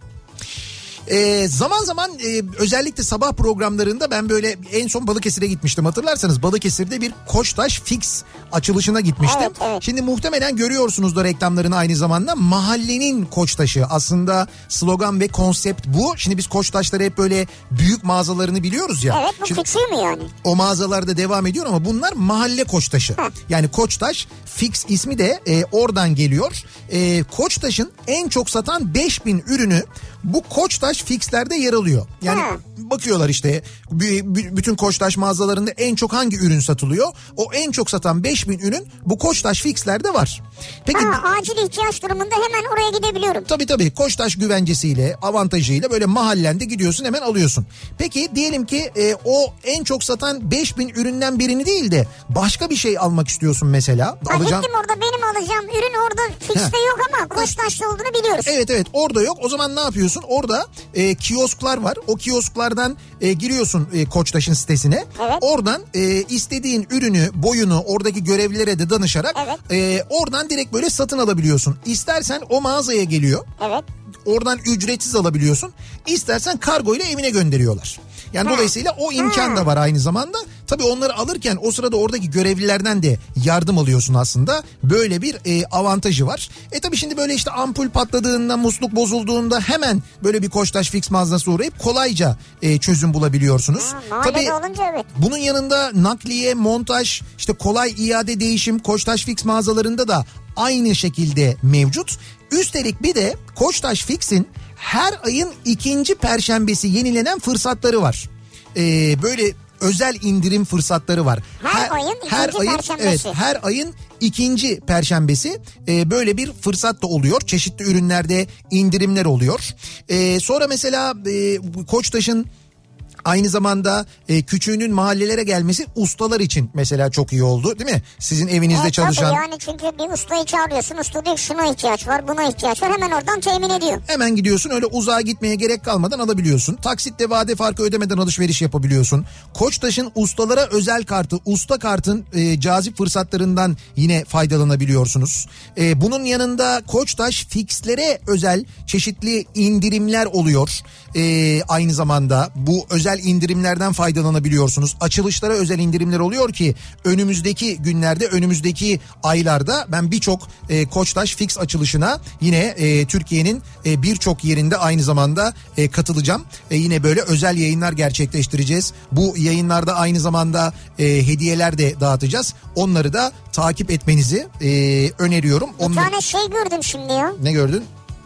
Zaman zaman özellikle sabah programlarında ben böyle en son Balıkesir'e gitmiştim, hatırlarsanız. Balıkesir'de bir Koçtaş Fix açılışına gitmiştim. Evet, evet. Şimdi muhtemelen görüyorsunuzdur reklamlarını aynı zamanda. Mahallenin Koçtaşı aslında slogan ve konsept bu. Şimdi biz Koçtaşları hep böyle büyük mağazalarını biliyoruz ya. Evet, bu küçüğü mü yani? O mağazalarda devam ediyor ama bunlar mahalle Koçtaşı. Yani Koçtaş Fix ismi de oradan geliyor. Koçtaş'ın en çok satan 5000 ürünü bu Koçtaş Fix'lerde yer alıyor. Yani bakıyorlar işte bütün Koçtaş mağazalarında en çok hangi ürün satılıyor? O en çok satan 5000 ürün bu Koçtaş Fix'lerde var. Peki acil ihtiyaç durumunda hemen oraya gidebiliyorum. Tabii Koçtaş güvencesiyle, avantajıyla böyle mahallende gidiyorsun, hemen alıyorsun. Peki diyelim ki o en çok satan 5000 üründen birini değil de başka bir şey almak istiyorsun mesela. Gittim orada, benim alacağım ürün orada Fix'te yok ama Koçtaş'ta olduğunu biliyoruz. Evet orada yok. O zaman ne yapıyorsun? Orada kiosklar var. O kiosklardan giriyorsun Koçtaş'ın sitesine. Evet. Oradan istediğin ürünü, boyunu oradaki görevlilere de danışarak oradan direkt böyle satın alabiliyorsun. İstersen o mağazaya geliyor. Evet. Oradan ücretsiz alabiliyorsun. İstersen kargo ile evine gönderiyorlar. Yani dolayısıyla o imkan da var aynı zamanda. Tabii onları alırken o sırada oradaki görevlilerden de yardım alıyorsun aslında. Böyle bir avantajı var. Tabii şimdi böyle işte ampul patladığında, musluk bozulduğunda hemen böyle bir Koçtaş Fix mağazası uğrayıp kolayca çözüm bulabiliyorsunuz. Tabii olunca evet. Bunun yanında nakliye, montaj, işte kolay iade değişim Koçtaş Fix mağazalarında da aynı şekilde mevcut. Üstelik bir de Koçtaş Fix'in her ayın 2. perşembesi yenilenen fırsatları var. Böyle özel indirim fırsatları var. Her ayın 2. perşembesi. Evet, her ayın 2. perşembesi böyle bir fırsat da oluyor. Çeşitli ürünlerde indirimler oluyor. Sonra mesela Koçtaş'ın aynı zamanda küçüğünün mahallelere gelmesi ustalar için mesela çok iyi oldu, değil mi? Sizin evinizde çalışan. Tabii yani çünkü bir ustayı çağırıyorsun. Usta diyor şuna ihtiyaç var, buna ihtiyaç var. Hemen oradan temin ediyor. Hemen gidiyorsun, öyle uzağa gitmeye gerek kalmadan alabiliyorsun. Taksitle vade farkı ödemeden alışveriş yapabiliyorsun. Koçtaş'ın ustalara özel kartı, usta kartın cazip fırsatlarından yine faydalanabiliyorsunuz. Bunun yanında Koçtaş Fix'lere özel çeşitli indirimler oluyor. Aynı zamanda bu özel indirimlerden faydalanabiliyorsunuz. Açılışlara özel indirimler oluyor ki önümüzdeki günlerde, önümüzdeki aylarda ben birçok Koçtaş Fix açılışına yine Türkiye'nin birçok yerinde aynı zamanda katılacağım. Yine böyle özel yayınlar gerçekleştireceğiz. Bu yayınlarda aynı zamanda hediyeler de dağıtacağız. Onları da takip etmenizi öneriyorum. Bir tane şey gördüm şimdi ya. Ne gördün?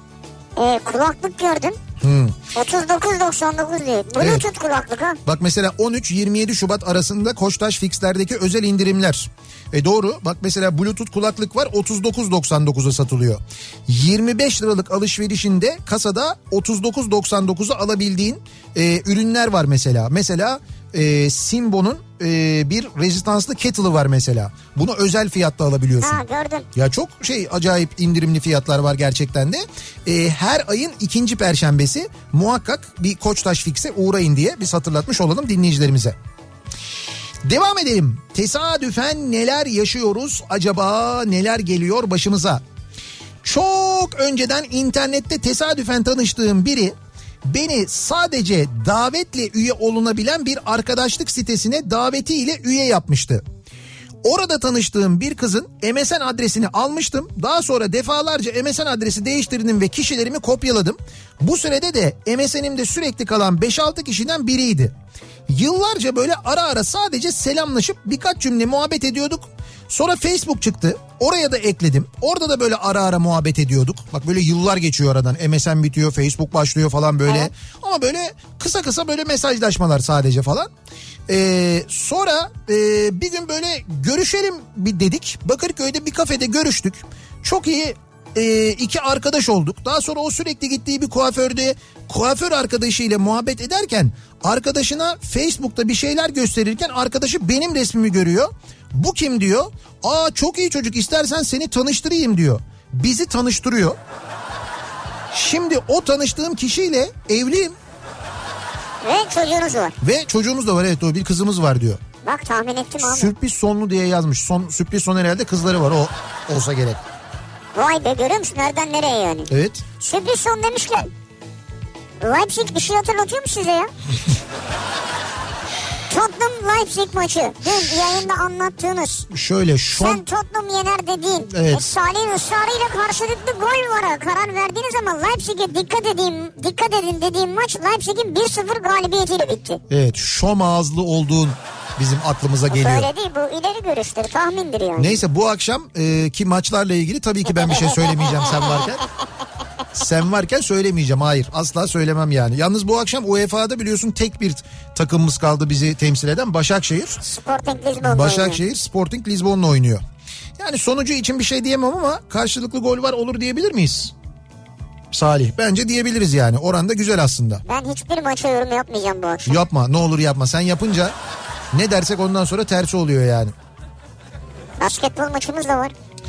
Kulaklık gördüm. 39.99 diyor. Bluetooth kulaklık ha. Bak mesela 13-27 Şubat arasında Koçtaş Fix'lerdeki özel indirimler. Doğru. Bak mesela Bluetooth kulaklık var, 39.99'a satılıyor. 25 liralık alışverişinde kasada 39.99'a alabildiğin ürünler var mesela. Mesela Simbo'nun bir rezistanslı kettle'ı var mesela. Bunu özel fiyatta alabiliyorsun. Ha, gördüm. Ya çok acayip indirimli fiyatlar var gerçekten de. Her ayın 2. perşembesi muhakkak bir Koçtaş Fix'e uğrayın diye biz hatırlatmış olalım dinleyicilerimize. Devam edelim. Tesadüfen neler yaşıyoruz acaba, neler geliyor başımıza? Çok önceden internette tesadüfen tanıştığım biri beni sadece davetle üye olunabilen bir arkadaşlık sitesine davetiyle üye yapmıştı. Orada tanıştığım bir kızın MSN adresini almıştım. Daha sonra defalarca MSN adresi değiştirdim ve kişilerimi kopyaladım. Bu sürede de MSN'imde sürekli kalan 5-6 kişiden biriydi. Yıllarca böyle ara ara sadece selamlaşıp birkaç cümle muhabbet ediyorduk. Sonra Facebook çıktı. Oraya da ekledim. Orada da böyle ara ara muhabbet ediyorduk. Bak böyle yıllar geçiyor aradan. MSN bitiyor, Facebook başlıyor falan böyle. Evet. Ama böyle kısa böyle mesajlaşmalar sadece falan. Sonra bir gün böyle görüşelim bir dedik. Bakırköy'de bir kafede görüştük. Çok iyi iki arkadaş olduk. Daha sonra o sürekli gittiği bir kuaförde kuaför arkadaşıyla muhabbet ederken arkadaşına Facebook'ta bir şeyler gösterirken arkadaşı benim resmimi görüyor. Bu kim diyor. Aa çok iyi çocuk, istersen seni tanıştırayım diyor. Bizi tanıştırıyor. Şimdi o tanıştığım kişiyle evliyim. Ve çocuğunuz var. Ve çocuğumuz da var, evet, o bir kızımız var diyor. Bak tahmin ettim abi. Sürpriz sonlu diye yazmış. Sürpriz son herhalde kızları var, o olsa gerek. Vay be, görüyor musun nereden nereye yani? Evet. Sürpriz son demişken Leipzig bir şey hatırlatıyor mu size ya? Tottenham Leipzig maçı. Dün yayında anlattığınız. Şöyle sen Tottenham yener dediğin. Evet. Salih'in ısrarıyla karşılıklı gol vara karar verdiğiniz zaman Leipzig'e dikkat edin dediğim maç Leipzig'in 1-0 galibiyetiyle bitti. Evet, şom ağızlı olduğun bizim aklımıza geliyor. Böyle değil, bu ileri görüştür, tahmindir yani. Neyse, bu akşam ki maçlarla ilgili tabii ki ben bir şey söylemeyeceğim sen varken. Sen varken söylemeyeceğim, hayır, asla söylemem yani. Yalnız bu akşam UEFA'da biliyorsun tek bir takımımız kaldı bizi temsil eden, Başakşehir. Sporting Lisbon'la Başakşehir oynuyor. Sporting Lisbon'la oynuyor. Yani sonucu için bir şey diyemem ama karşılıklı gol var olur diyebilir miyiz? Salih, bence diyebiliriz yani, oran da güzel aslında. Ben hiçbir maça yorum yapmayacağım bu akşam. Yapma, ne olur yapma, sen yapınca ne dersek ondan sonra tersi oluyor yani. Basketbol maçımız da var.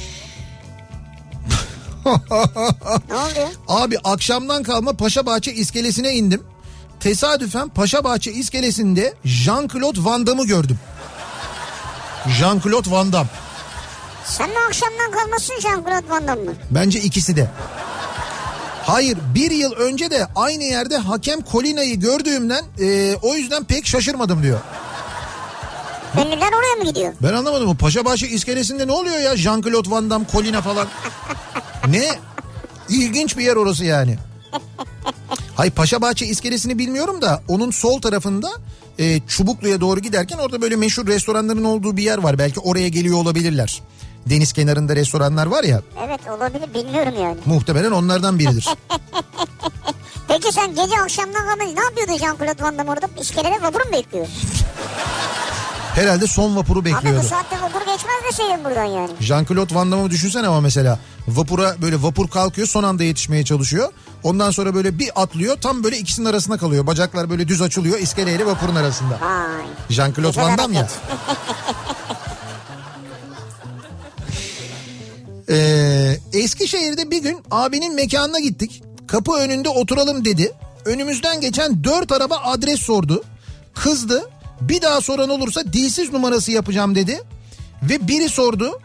Ne oluyor? Abi akşamdan kalma Paşabahçe iskelesine indim. Tesadüfen Paşabahçe iskelesinde Jean-Claude Van Damme'ı gördüm. Jean-Claude Van Damme. Sen mi akşamdan kalmasın Jean-Claude Van Damme mı? Bence ikisi de. Hayır, bir yıl önce de aynı yerde hakem Colina'yı gördüğümden o yüzden pek şaşırmadım diyor. Ünlüler oraya mı gidiyor? Ben anlamadım, bu Paşabahçe iskelesinde ne oluyor ya, Jean-Claude Van Damme, Colina falan. Ne ilginç bir yer orası yani. Hayır, Paşabahçe iskelesini bilmiyorum da onun sol tarafında Çubuklu'ya doğru giderken orada böyle meşhur restoranların olduğu bir yer var. Belki oraya geliyor olabilirler. Deniz kenarında restoranlar var ya. Evet, olabilir, bilmiyorum yani. Muhtemelen onlardan biridir. Peki sen gece akşamdan kalmayı ne yapıyordu Jean-Claude Van Damme orada? İskelede vapur mu bekliyor? Herhalde son vapuru bekliyordu. Abi bu saatte vapur geçmez deseydin buradan yani. Jean-Claude Van Damme'ı düşünsene ama mesela. Vapura böyle, vapur kalkıyor, son anda yetişmeye çalışıyor. Ondan sonra böyle bir atlıyor, tam böyle ikisinin arasına kalıyor. Bacaklar böyle düz açılıyor iskeleyle vapurun arasında. Vay. Jean-Claude Van Damme ya. Eskişehir'de bir gün abinin mekanına gittik. Kapı önünde oturalım dedi. Önümüzden geçen 4 araba adres sordu. Kızdı. Bir daha soran olursa dilsiz numarası yapacağım dedi. Ve biri sordu.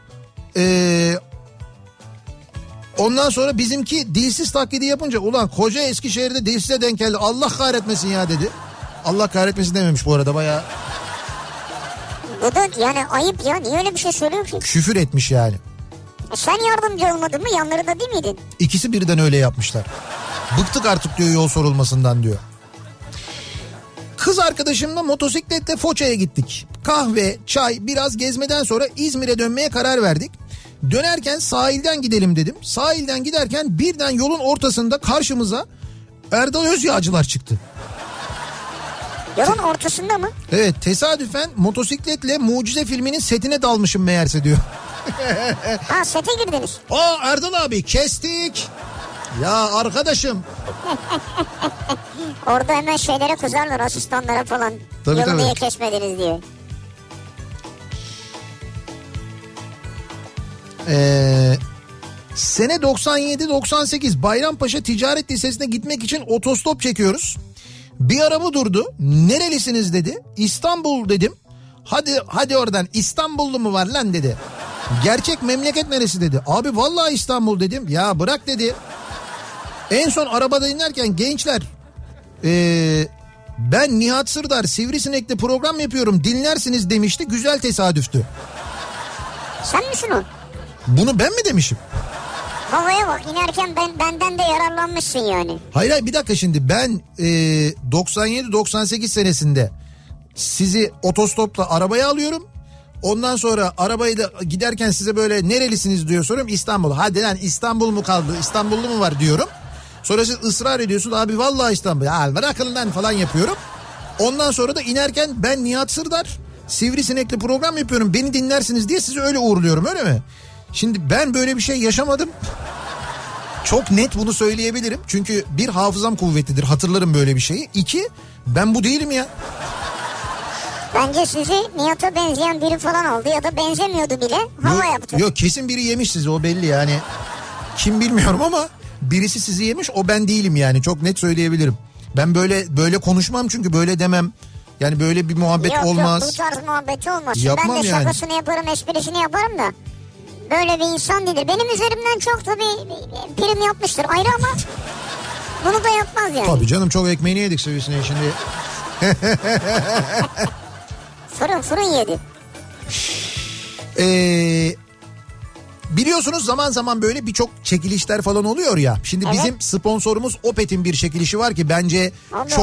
Ondan sonra bizimki dilsiz taklidi yapınca ulan koca Eskişehir'de dilsize denk geldi. Allah kahretmesin ya dedi. Allah kahretmesin dememiş bu arada, bayağı. Bu da yani ayıp ya. Niye öyle bir şey söylüyor ki? Küfür etmiş yani. Sen yardımcı olmadın mı? Yanlarında değil miydin? İkisi birden öyle yapmışlar. Bıktık artık diyor yol sorulmasından diyor. Kız arkadaşımla motosikletle Foça'ya gittik. Kahve, çay, biraz gezmeden sonra İzmir'e dönmeye karar verdik. Dönerken sahilden gidelim dedim. Sahilden giderken birden yolun ortasında karşımıza Erdal Özyağcılar çıktı. Yolun ortasında mı? Evet, tesadüfen motosikletle Mucize filminin setine dalmışım meğerse diyor. Ha, sete girdiniz. Aa Erdal abi kestik. Ya arkadaşım. Orada hemen şeylere kızarlar, asistanlara falan. Tabii, yolu tabii. niye kesmediniz diye. Sene 97-98 Bayrampaşa Ticaret Lisesi'ne gitmek için otostop çekiyoruz. Bir araba durdu. Nerelisiniz dedi. İstanbul dedim. Hadi oradan, İstanbullu mu var lan dedi. Gerçek memleket neresi dedi. Abi vallahi İstanbul dedim. Ya bırak dedi. En son arabada inerken gençler ben Nihat Sırdar Sivrisinek'te program yapıyorum dinlersiniz demişti. Güzel tesadüftü. Sen misin o? Bunu ben mi demişim? Havaya bak, inerken benden de yararlanmışsın yani. Hayır bir dakika, şimdi ben 97-98 senesinde sizi otostopla arabaya alıyorum. Ondan sonra arabayla giderken size böyle nerelisiniz diyor, soruyorum, İstanbul. Hadi lan İstanbul mu kaldı, İstanbullu mu var diyorum. Sonra siz ısrar ediyorsun, abi vallahi İstanbul. Ya bırakın lan falan yapıyorum. Ondan sonra da inerken ben Nihat Sırdar Sivrisinek'le program yapıyorum, beni dinlersiniz diye sizi öyle uğurluyorum, öyle mi? Şimdi ben böyle bir şey yaşamadım. Çok net bunu söyleyebilirim. Çünkü bir, hafızam kuvvetlidir, hatırlarım böyle bir şeyi. 2, ben bu değilim ya. Bence sizi Nihat'a benzeyen biri falan oldu ya da benzemiyordu bile. Hava yaptı. Yok kesin biri yemiş sizi, o belli yani. Kim bilmiyorum ama birisi sizi yemiş, o ben değilim yani, çok net söyleyebilirim. Ben böyle konuşmam, çünkü böyle demem. Yani böyle bir muhabbet olmaz. Yok, bu tarz muhabbet olmaz. Yapmam ben de yani. şakasını yaparım, esprisini yaparım da. Böyle bir insan değildir. Benim üzerimden çok tabii prim yapmıştır ayrı, ama bunu da yapmaz yani. Tabii canım, çok ekmeğini yedik seviyesine şimdi. Fırın yedi. Biliyorsunuz zaman zaman böyle birçok çekilişler falan oluyor ya. Şimdi bizim sponsorumuz Opet'in bir çekilişi var ki bence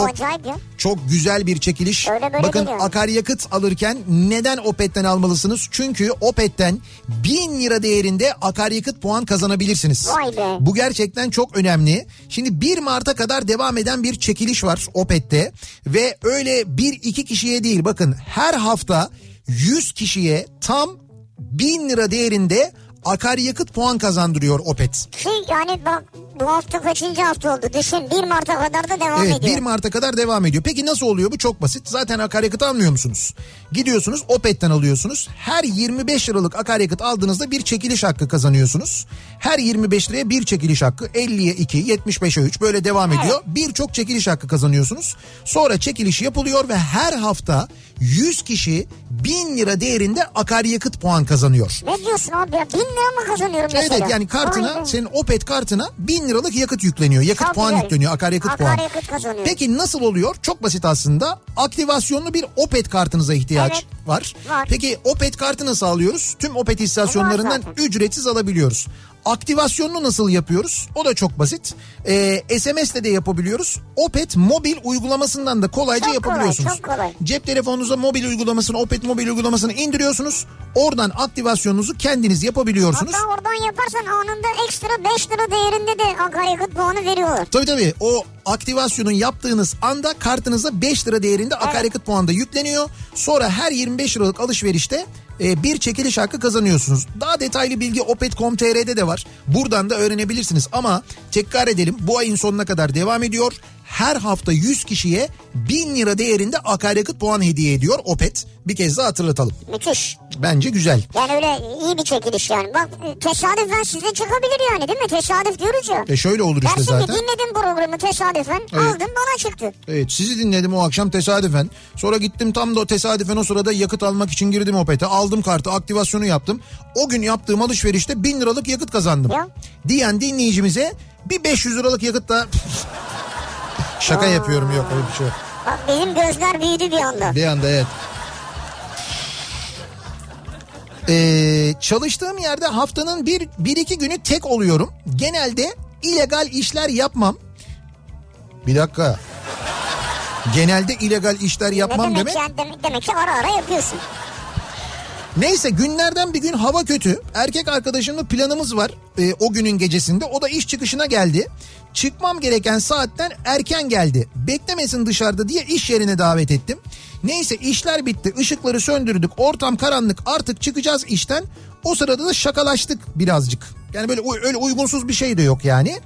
çok güzel bir çekiliş. Bakın geliyor. Akaryakıt alırken neden Opet'ten almalısınız? Çünkü Opet'ten 1000 lira değerinde akaryakıt puan kazanabilirsiniz. Vay be. Bu gerçekten çok önemli. Şimdi 1 Mart'a kadar devam eden bir çekiliş var Opet'te. Ve öyle 1-2 kişiye değil, bakın her hafta 100 kişiye tam 1000 lira değerinde akaryakıt puan kazandırıyor Opet. Yani bak, bu hafta kaçıncı hafta oldu? Düşün, 1 Mart'a kadar da devam ediyor. 1 Mart'a kadar devam ediyor. Peki nasıl oluyor bu? Çok basit. Zaten akaryakıt almıyor musunuz? Gidiyorsunuz Opet'ten alıyorsunuz. Her 25 liralık akaryakıt aldığınızda bir çekiliş hakkı kazanıyorsunuz. Her 25 liraya bir çekiliş hakkı. 50'ye 2, 75'e 3 böyle devam ediyor. Birçok çekiliş hakkı kazanıyorsunuz. Sonra çekiliş yapılıyor ve her hafta 100 kişi 1000 lira değerinde akaryakıt puan kazanıyor. Ne diyorsun abi ya? 1000 lira mı kazanıyorum mesela? Evet, yani kartına, senin Opet kartına 1000 liralık yakıt yükleniyor. Yakıt puan yükleniyor, akaryakıt puan. Kazanıyor. Peki nasıl oluyor? Çok basit aslında. Aktivasyonlu bir Opet kartınıza ihtiyaç var. Peki Opet kartı nasıl alıyoruz? Tüm Opet istasyonlarından ücretsiz alabiliyoruz. Aktivasyonunu nasıl yapıyoruz? O da çok basit. SMS'le de yapabiliyoruz. Opet mobil uygulamasından da kolayca yapabiliyorsunuz. Çok kolay. Cep telefonunuza mobil uygulamasını, Opet mobil uygulamasını indiriyorsunuz. Oradan aktivasyonunuzu kendiniz yapabiliyorsunuz. Hatta oradan yaparsan anında ekstra 5 lira değerinde de akaryakıt puanı veriyorlar. Tabii. O aktivasyonu yaptığınız anda kartınıza 5 lira değerinde akaryakıt puanı da yükleniyor. Sonra her 25 liralık alışverişte bir çekiliş hakkı kazanıyorsunuz. Daha detaylı bilgi opet.com.tr'de de var. Buradan da öğrenebilirsiniz. Ama tekrar edelim, bu ayın sonuna kadar devam ediyor. Her hafta 100 kişiye 1000 lira değerinde akaryakıt puan hediye ediyor Opet. Bir kez daha hatırlatalım. Müthiş. Bence güzel. Yani öyle iyi bir çekiliş yani. Bak, tesadüfen size çıkabilir yani, değil mi? Tesadüf diyoruz ya. Şöyle olur işte zaten. Dersin ki dinledim programı tesadüfen, aldım bana çıktı. Evet, sizi dinledim o akşam tesadüfen. Sonra gittim, tam da tesadüfen o sırada yakıt almak için girdim Opet'e. Aldım kartı, aktivasyonu yaptım. O gün yaptığım alışverişte 1000 liralık yakıt kazandım. Ya. Diyen dinleyicimize bir 500 liralık yakıt da... Şaka yapıyorum, yok öyle bir şey yok. Bak, bizim gözler büyüdü bir anda. Bir anda, evet. Çalıştığım yerde haftanın bir iki günü tek oluyorum. Genelde illegal işler yapmam. Bir dakika. Genelde illegal işler yapmam demek. Demek ki ara ara yapıyorsun. Neyse, günlerden bir gün hava kötü. Erkek arkadaşımla planımız var o günün gecesinde. O da iş çıkışına geldi. Çıkmam gereken saatten erken geldi. Beklemesin dışarıda diye iş yerine davet ettim. Neyse, işler bitti. Işıkları söndürdük. Ortam karanlık. Artık çıkacağız işten. O sırada da şakalaştık birazcık. Yani böyle öyle uygunsuz bir şey de yok yani.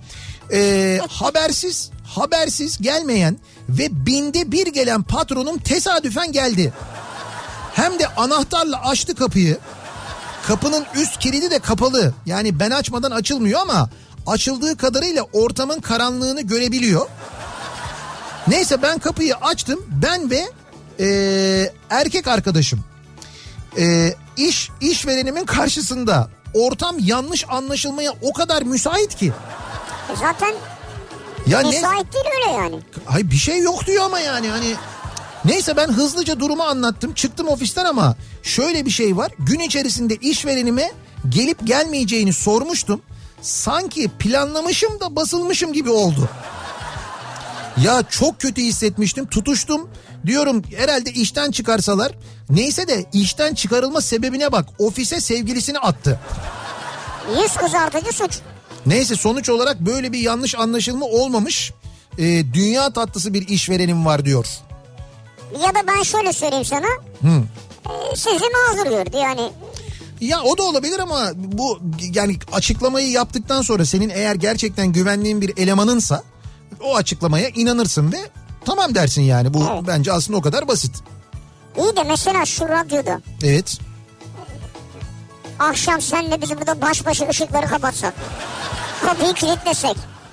Habersiz gelmeyen ve binde bir gelen patronum tesadüfen geldi. Hem de anahtarla açtı kapıyı. Kapının üst kilidi de kapalı. Yani ben açmadan açılmıyor ama açıldığı kadarıyla ortamın karanlığını görebiliyor. Neyse, ben kapıyı açtım. Ben ve erkek arkadaşım. İşverenimin karşısında. Ortam yanlış anlaşılmaya o kadar müsait ki. Zaten müsait değil öyle yani. Hayır, bir şey yok diyor ama yani hani... Neyse, ben hızlıca durumu anlattım. Çıktım ofisten ama şöyle bir şey var. Gün içerisinde işverenime gelip gelmeyeceğini sormuştum. Sanki planlamışım da basılmışım gibi oldu. Ya çok kötü hissetmiştim. Tutuştum. Diyorum herhalde işten çıkarsalar. Neyse de işten çıkarılma sebebine bak. Ofise sevgilisini attı. Yüz kızartıcı suç. Neyse, sonuç olarak böyle bir yanlış anlaşılma olmamış. Dünya tatlısı bir işverenim var diyor. Ya da ben şöyle söyleyeyim sana. Sizi mazur gördü yani. Ya o da olabilir ama bu yani açıklamayı yaptıktan sonra senin eğer gerçekten güvendiğin bir elemanınsa o açıklamaya inanırsın ve tamam dersin yani. Bu bence aslında o kadar basit. İyi de mesela şu radyoda. Evet. Akşam senle bizi burada baş başa ışıkları kapatsak. Kapıyı kilitlesek.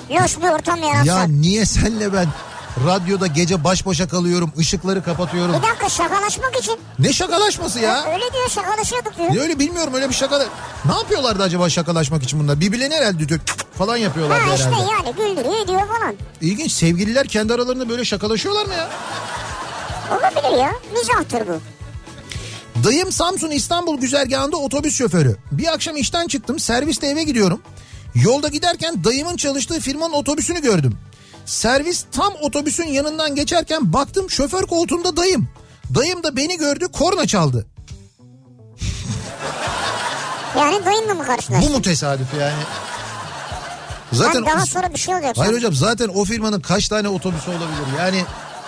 loş bir ortam yaratsak. Ya niye senle ben radyoda gece baş başa kalıyorum, ışıkları kapatıyorum. Bir dakika, şakalaşmak için. Ne şakalaşması ya? Öyle diyor, şakalaşıyorduk diyor. Ne öyle bilmiyorum, öyle bir şaka. Ne yapıyorlardı acaba şakalaşmak için bunlar? Birbirlerine herhalde diyor falan yapıyorlardı herhalde. Ha işte yani güldürüyor ediyor falan. İlginç, sevgililer kendi aralarında böyle şakalaşıyorlar mı ya? Olabilir ya, mizahtır bu. Dayım Samsun İstanbul güzergahında otobüs şoförü. Bir akşam işten çıktım, serviste eve gidiyorum. Yolda giderken dayımın çalıştığı firmanın otobüsünü gördüm. Servis tam otobüsün yanından geçerken baktım şoför koltuğunda dayım. Dayım da beni gördü, korna çaldı. Yani dayınla mı karşılaştın? Bu mu tesadüf yani? Zaten daha sonra bir şey olacak. Hayır hocam, zaten o firmanın kaç tane otobüsü olabilir yani?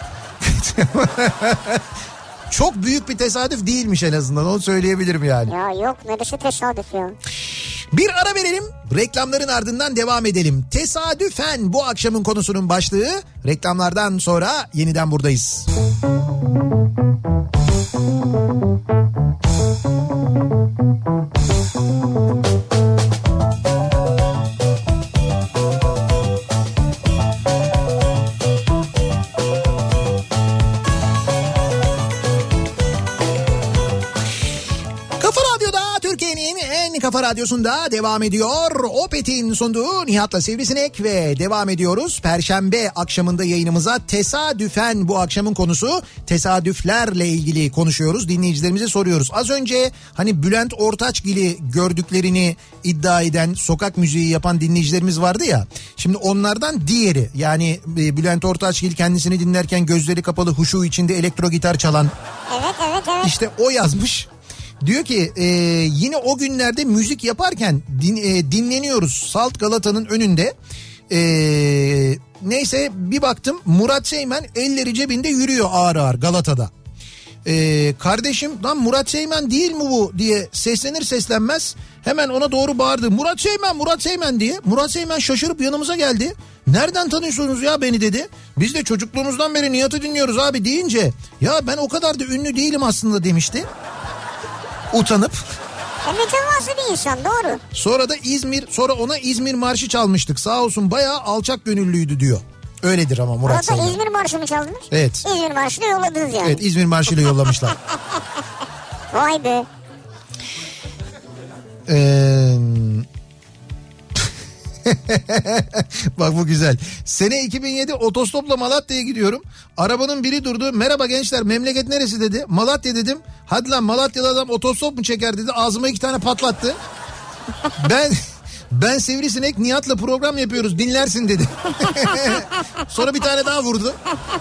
Çok büyük bir tesadüf değilmiş en azından, onu söyleyebilirim yani. Ya yok, neresi tesadüf ya. Bir ara verelim, reklamların ardından devam edelim. Tesadüfen bu akşamın konusunun başlığı. Reklamlardan sonra yeniden buradayız. Kafa Radyosu'nda devam ediyor. Opet'in sunduğu Nihat'la Sivrisinek ve devam ediyoruz. Perşembe akşamında yayınımıza tesadüfen bu akşamın konusu tesadüflerle ilgili konuşuyoruz. Dinleyicilerimize soruyoruz. Az önce hani Bülent Ortaçgil'i gördüklerini iddia eden, sokak müziği yapan dinleyicilerimiz vardı ya. Şimdi onlardan diğeri, yani Bülent Ortaçgil kendisini dinlerken gözleri kapalı huşu içinde elektro gitar çalan. Evet. İşte o yazmış. Diyor ki yine o günlerde müzik yaparken dinleniyoruz Salt Galata'nın önünde. Neyse bir baktım Murat Seymen elleri cebinde yürüyor ağır ağır Galata'da. Kardeşim lan Murat Seymen değil mi bu diye seslenir seslenmez hemen ona doğru bağırdı. Murat Seymen diye. Murat Seymen şaşırıp yanımıza geldi. Nereden tanıyorsunuz ya beni dedi. Biz de çocukluğumuzdan beri Nihat'ı dinliyoruz abi deyince ya ben o kadar da ünlü değilim aslında demişti. Utanıp. Mütevazı bir insan, doğru. Sonra ona İzmir marşı çalmıştık. Sağ olsun bayağı alçak gönüllüydü diyor. Öyledir ama Murat Seymen. Orada İzmir marşı mı çaldınız? Evet. İzmir marşını yolladınız yani. Evet, İzmir marşıyla yollamışlar. Vay be. Bak bu güzel. Sene 2007 otostopla Malatya'ya gidiyorum. Arabanın biri durdu. Merhaba gençler, memleket neresi dedi. Malatya dedim. Hadi lan Malatyalı adam otostop mu çeker dedi. Ağzıma 2 tane patlattı. Ben Sivrisinek Nihat'la program yapıyoruz dinlersin dedi. Sonra bir tane daha vurdu.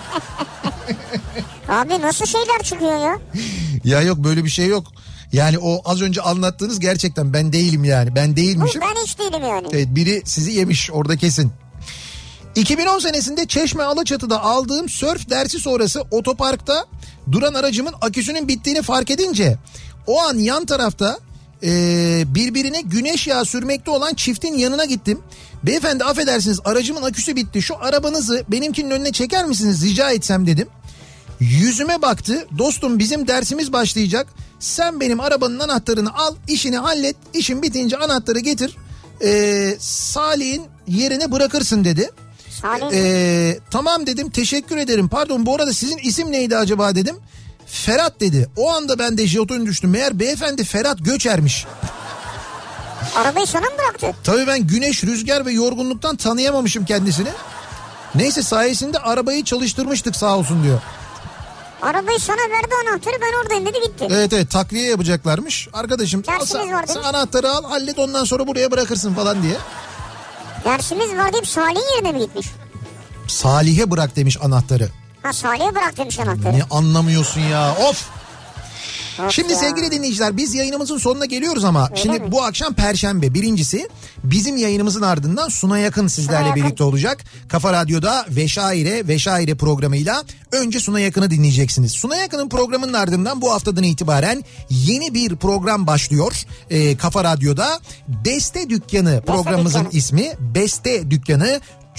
Abi nasıl şeyler çıkıyor ya? Ya yok, böyle bir şey yok. Yani o az önce anlattığınız gerçekten ben değilim yani. Ben değilmişim. Ben hiç değilim yani. Evet, biri sizi yemiş orada kesin. 2010 senesinde Çeşme Alaçatı'da aldığım sörf dersi sonrası otoparkta duran aracımın aküsünün bittiğini fark edince o an yan tarafta birbirine güneş yağı sürmekte olan çiftin yanına gittim. Beyefendi affedersiniz, aracımın aküsü bitti, şu arabanızı benimkinin önüne çeker misiniz rica etsem dedim. Yüzüme baktı, dostum bizim dersimiz başlayacak, sen benim arabanın anahtarını al, işini hallet, işin bitince anahtarı getir, Salih'in yerine bırakırsın dedi. Tamam dedim, teşekkür ederim, pardon bu arada sizin isim neydi acaba dedim. Ferhat dedi. O anda ben de jeton düştüm. Meğer beyefendi Ferhat Göçer'miş. Arabayı sana mı bıraktı? Tabii ben güneş, rüzgar ve yorgunluktan tanıyamamışım kendisini. Neyse sayesinde arabayı çalıştırmıştık sağ olsun diyor. Arabayı sana verdi anahtarı, ben oradayım dedi gitti. Evet takviye yapacaklarmış. Arkadaşım sen anahtarı al hallet ondan sonra buraya bırakırsın falan diye. Dersimiz var deyip Salih'in yerine mi gitmiş? Salih'e bırak demiş anahtarı. Ha Salih'e bırak demiş anahtarı. Ne anlamıyorsun ya of. Şimdi ya. Sevgili dinleyiciler biz yayınımızın sonuna geliyoruz ama öyle şimdi mi? Bu akşam Perşembe, birincisi bizim yayınımızın ardından Suna Yakın sizlerle birlikte olacak. Kafa Radyo'da Veşaire programıyla önce Suna Yakın'ı dinleyeceksiniz. Suna Yakın'ın programının ardından bu haftadan itibaren yeni bir program başlıyor Kafa Radyo'da. Beste Dükkanı programımızın ismi. Beste Dükkanı.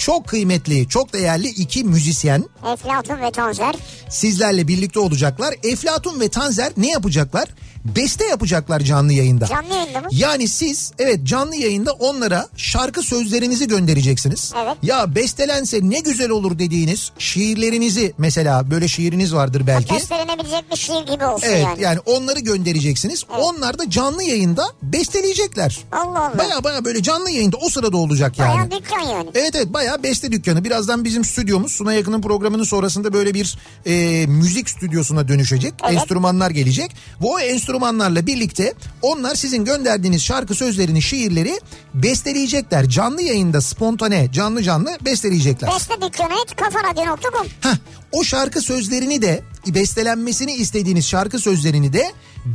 çok kıymetli, çok değerli iki müzisyen. Eflatun ve Tanzer. Sizlerle birlikte olacaklar. Eflatun ve Tanzer ne yapacaklar? Beste yapacaklar canlı yayında. Canlı yayında mı? Yani siz canlı yayında onlara şarkı sözlerinizi göndereceksiniz. Evet. Ya bestelense ne güzel olur dediğiniz şiirlerinizi, mesela böyle şiiriniz vardır belki. Bestelenebilecek bir şiir gibi olsun evet, yani. yani onları göndereceksiniz. Evet. Onlar da canlı yayında besteleyecekler. Allah Allah. Baya böyle canlı yayında o sırada olacak yani. Bayağı dükkan yani. Evet bayağı beste dükkanı. Birazdan bizim stüdyomuz Sunay Akın'ın programının sonrasında böyle bir müzik stüdyosuna dönüşecek. Evet. Enstrümanlar gelecek. Bu enstrümanlarla birlikte onlar sizin gönderdiğiniz şarkı sözlerini, şiirleri besteleyecekler. Canlı yayında spontane, canlı besteleyecekler. bestedükkanı@kafaradyo.com. O şarkı sözlerini de, bestelenmesini istediğiniz şarkı sözlerini de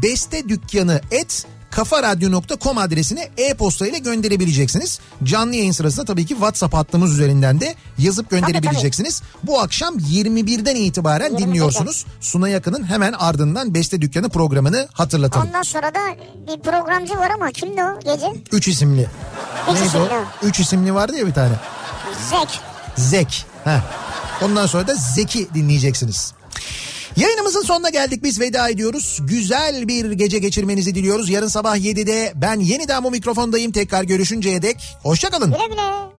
bestedükkanı@kafaradyo.com adresine e-posta ile gönderebileceksiniz. Canlı yayın sırasında tabii ki WhatsApp hattımız üzerinden de yazıp gönderebileceksiniz. Tabii. Bu akşam 21'den itibaren dinliyorsunuz. Sunay Akın'ın hemen ardından Beste Dükkanı programını hatırlatalım. Ondan sonra da bir programcı var ama kimdi o gece? 3 isimli. Neydi o? 3 isimli vardı ya bir tane. Zek. Ondan sonra da Zeki dinleyeceksiniz. Yayınımızın sonuna geldik, biz veda ediyoruz. Güzel bir gece geçirmenizi diliyoruz. Yarın sabah 7'de ben yeniden bu mikrofondayım. Tekrar görüşünceye dek hoşça kalın. Güle güle.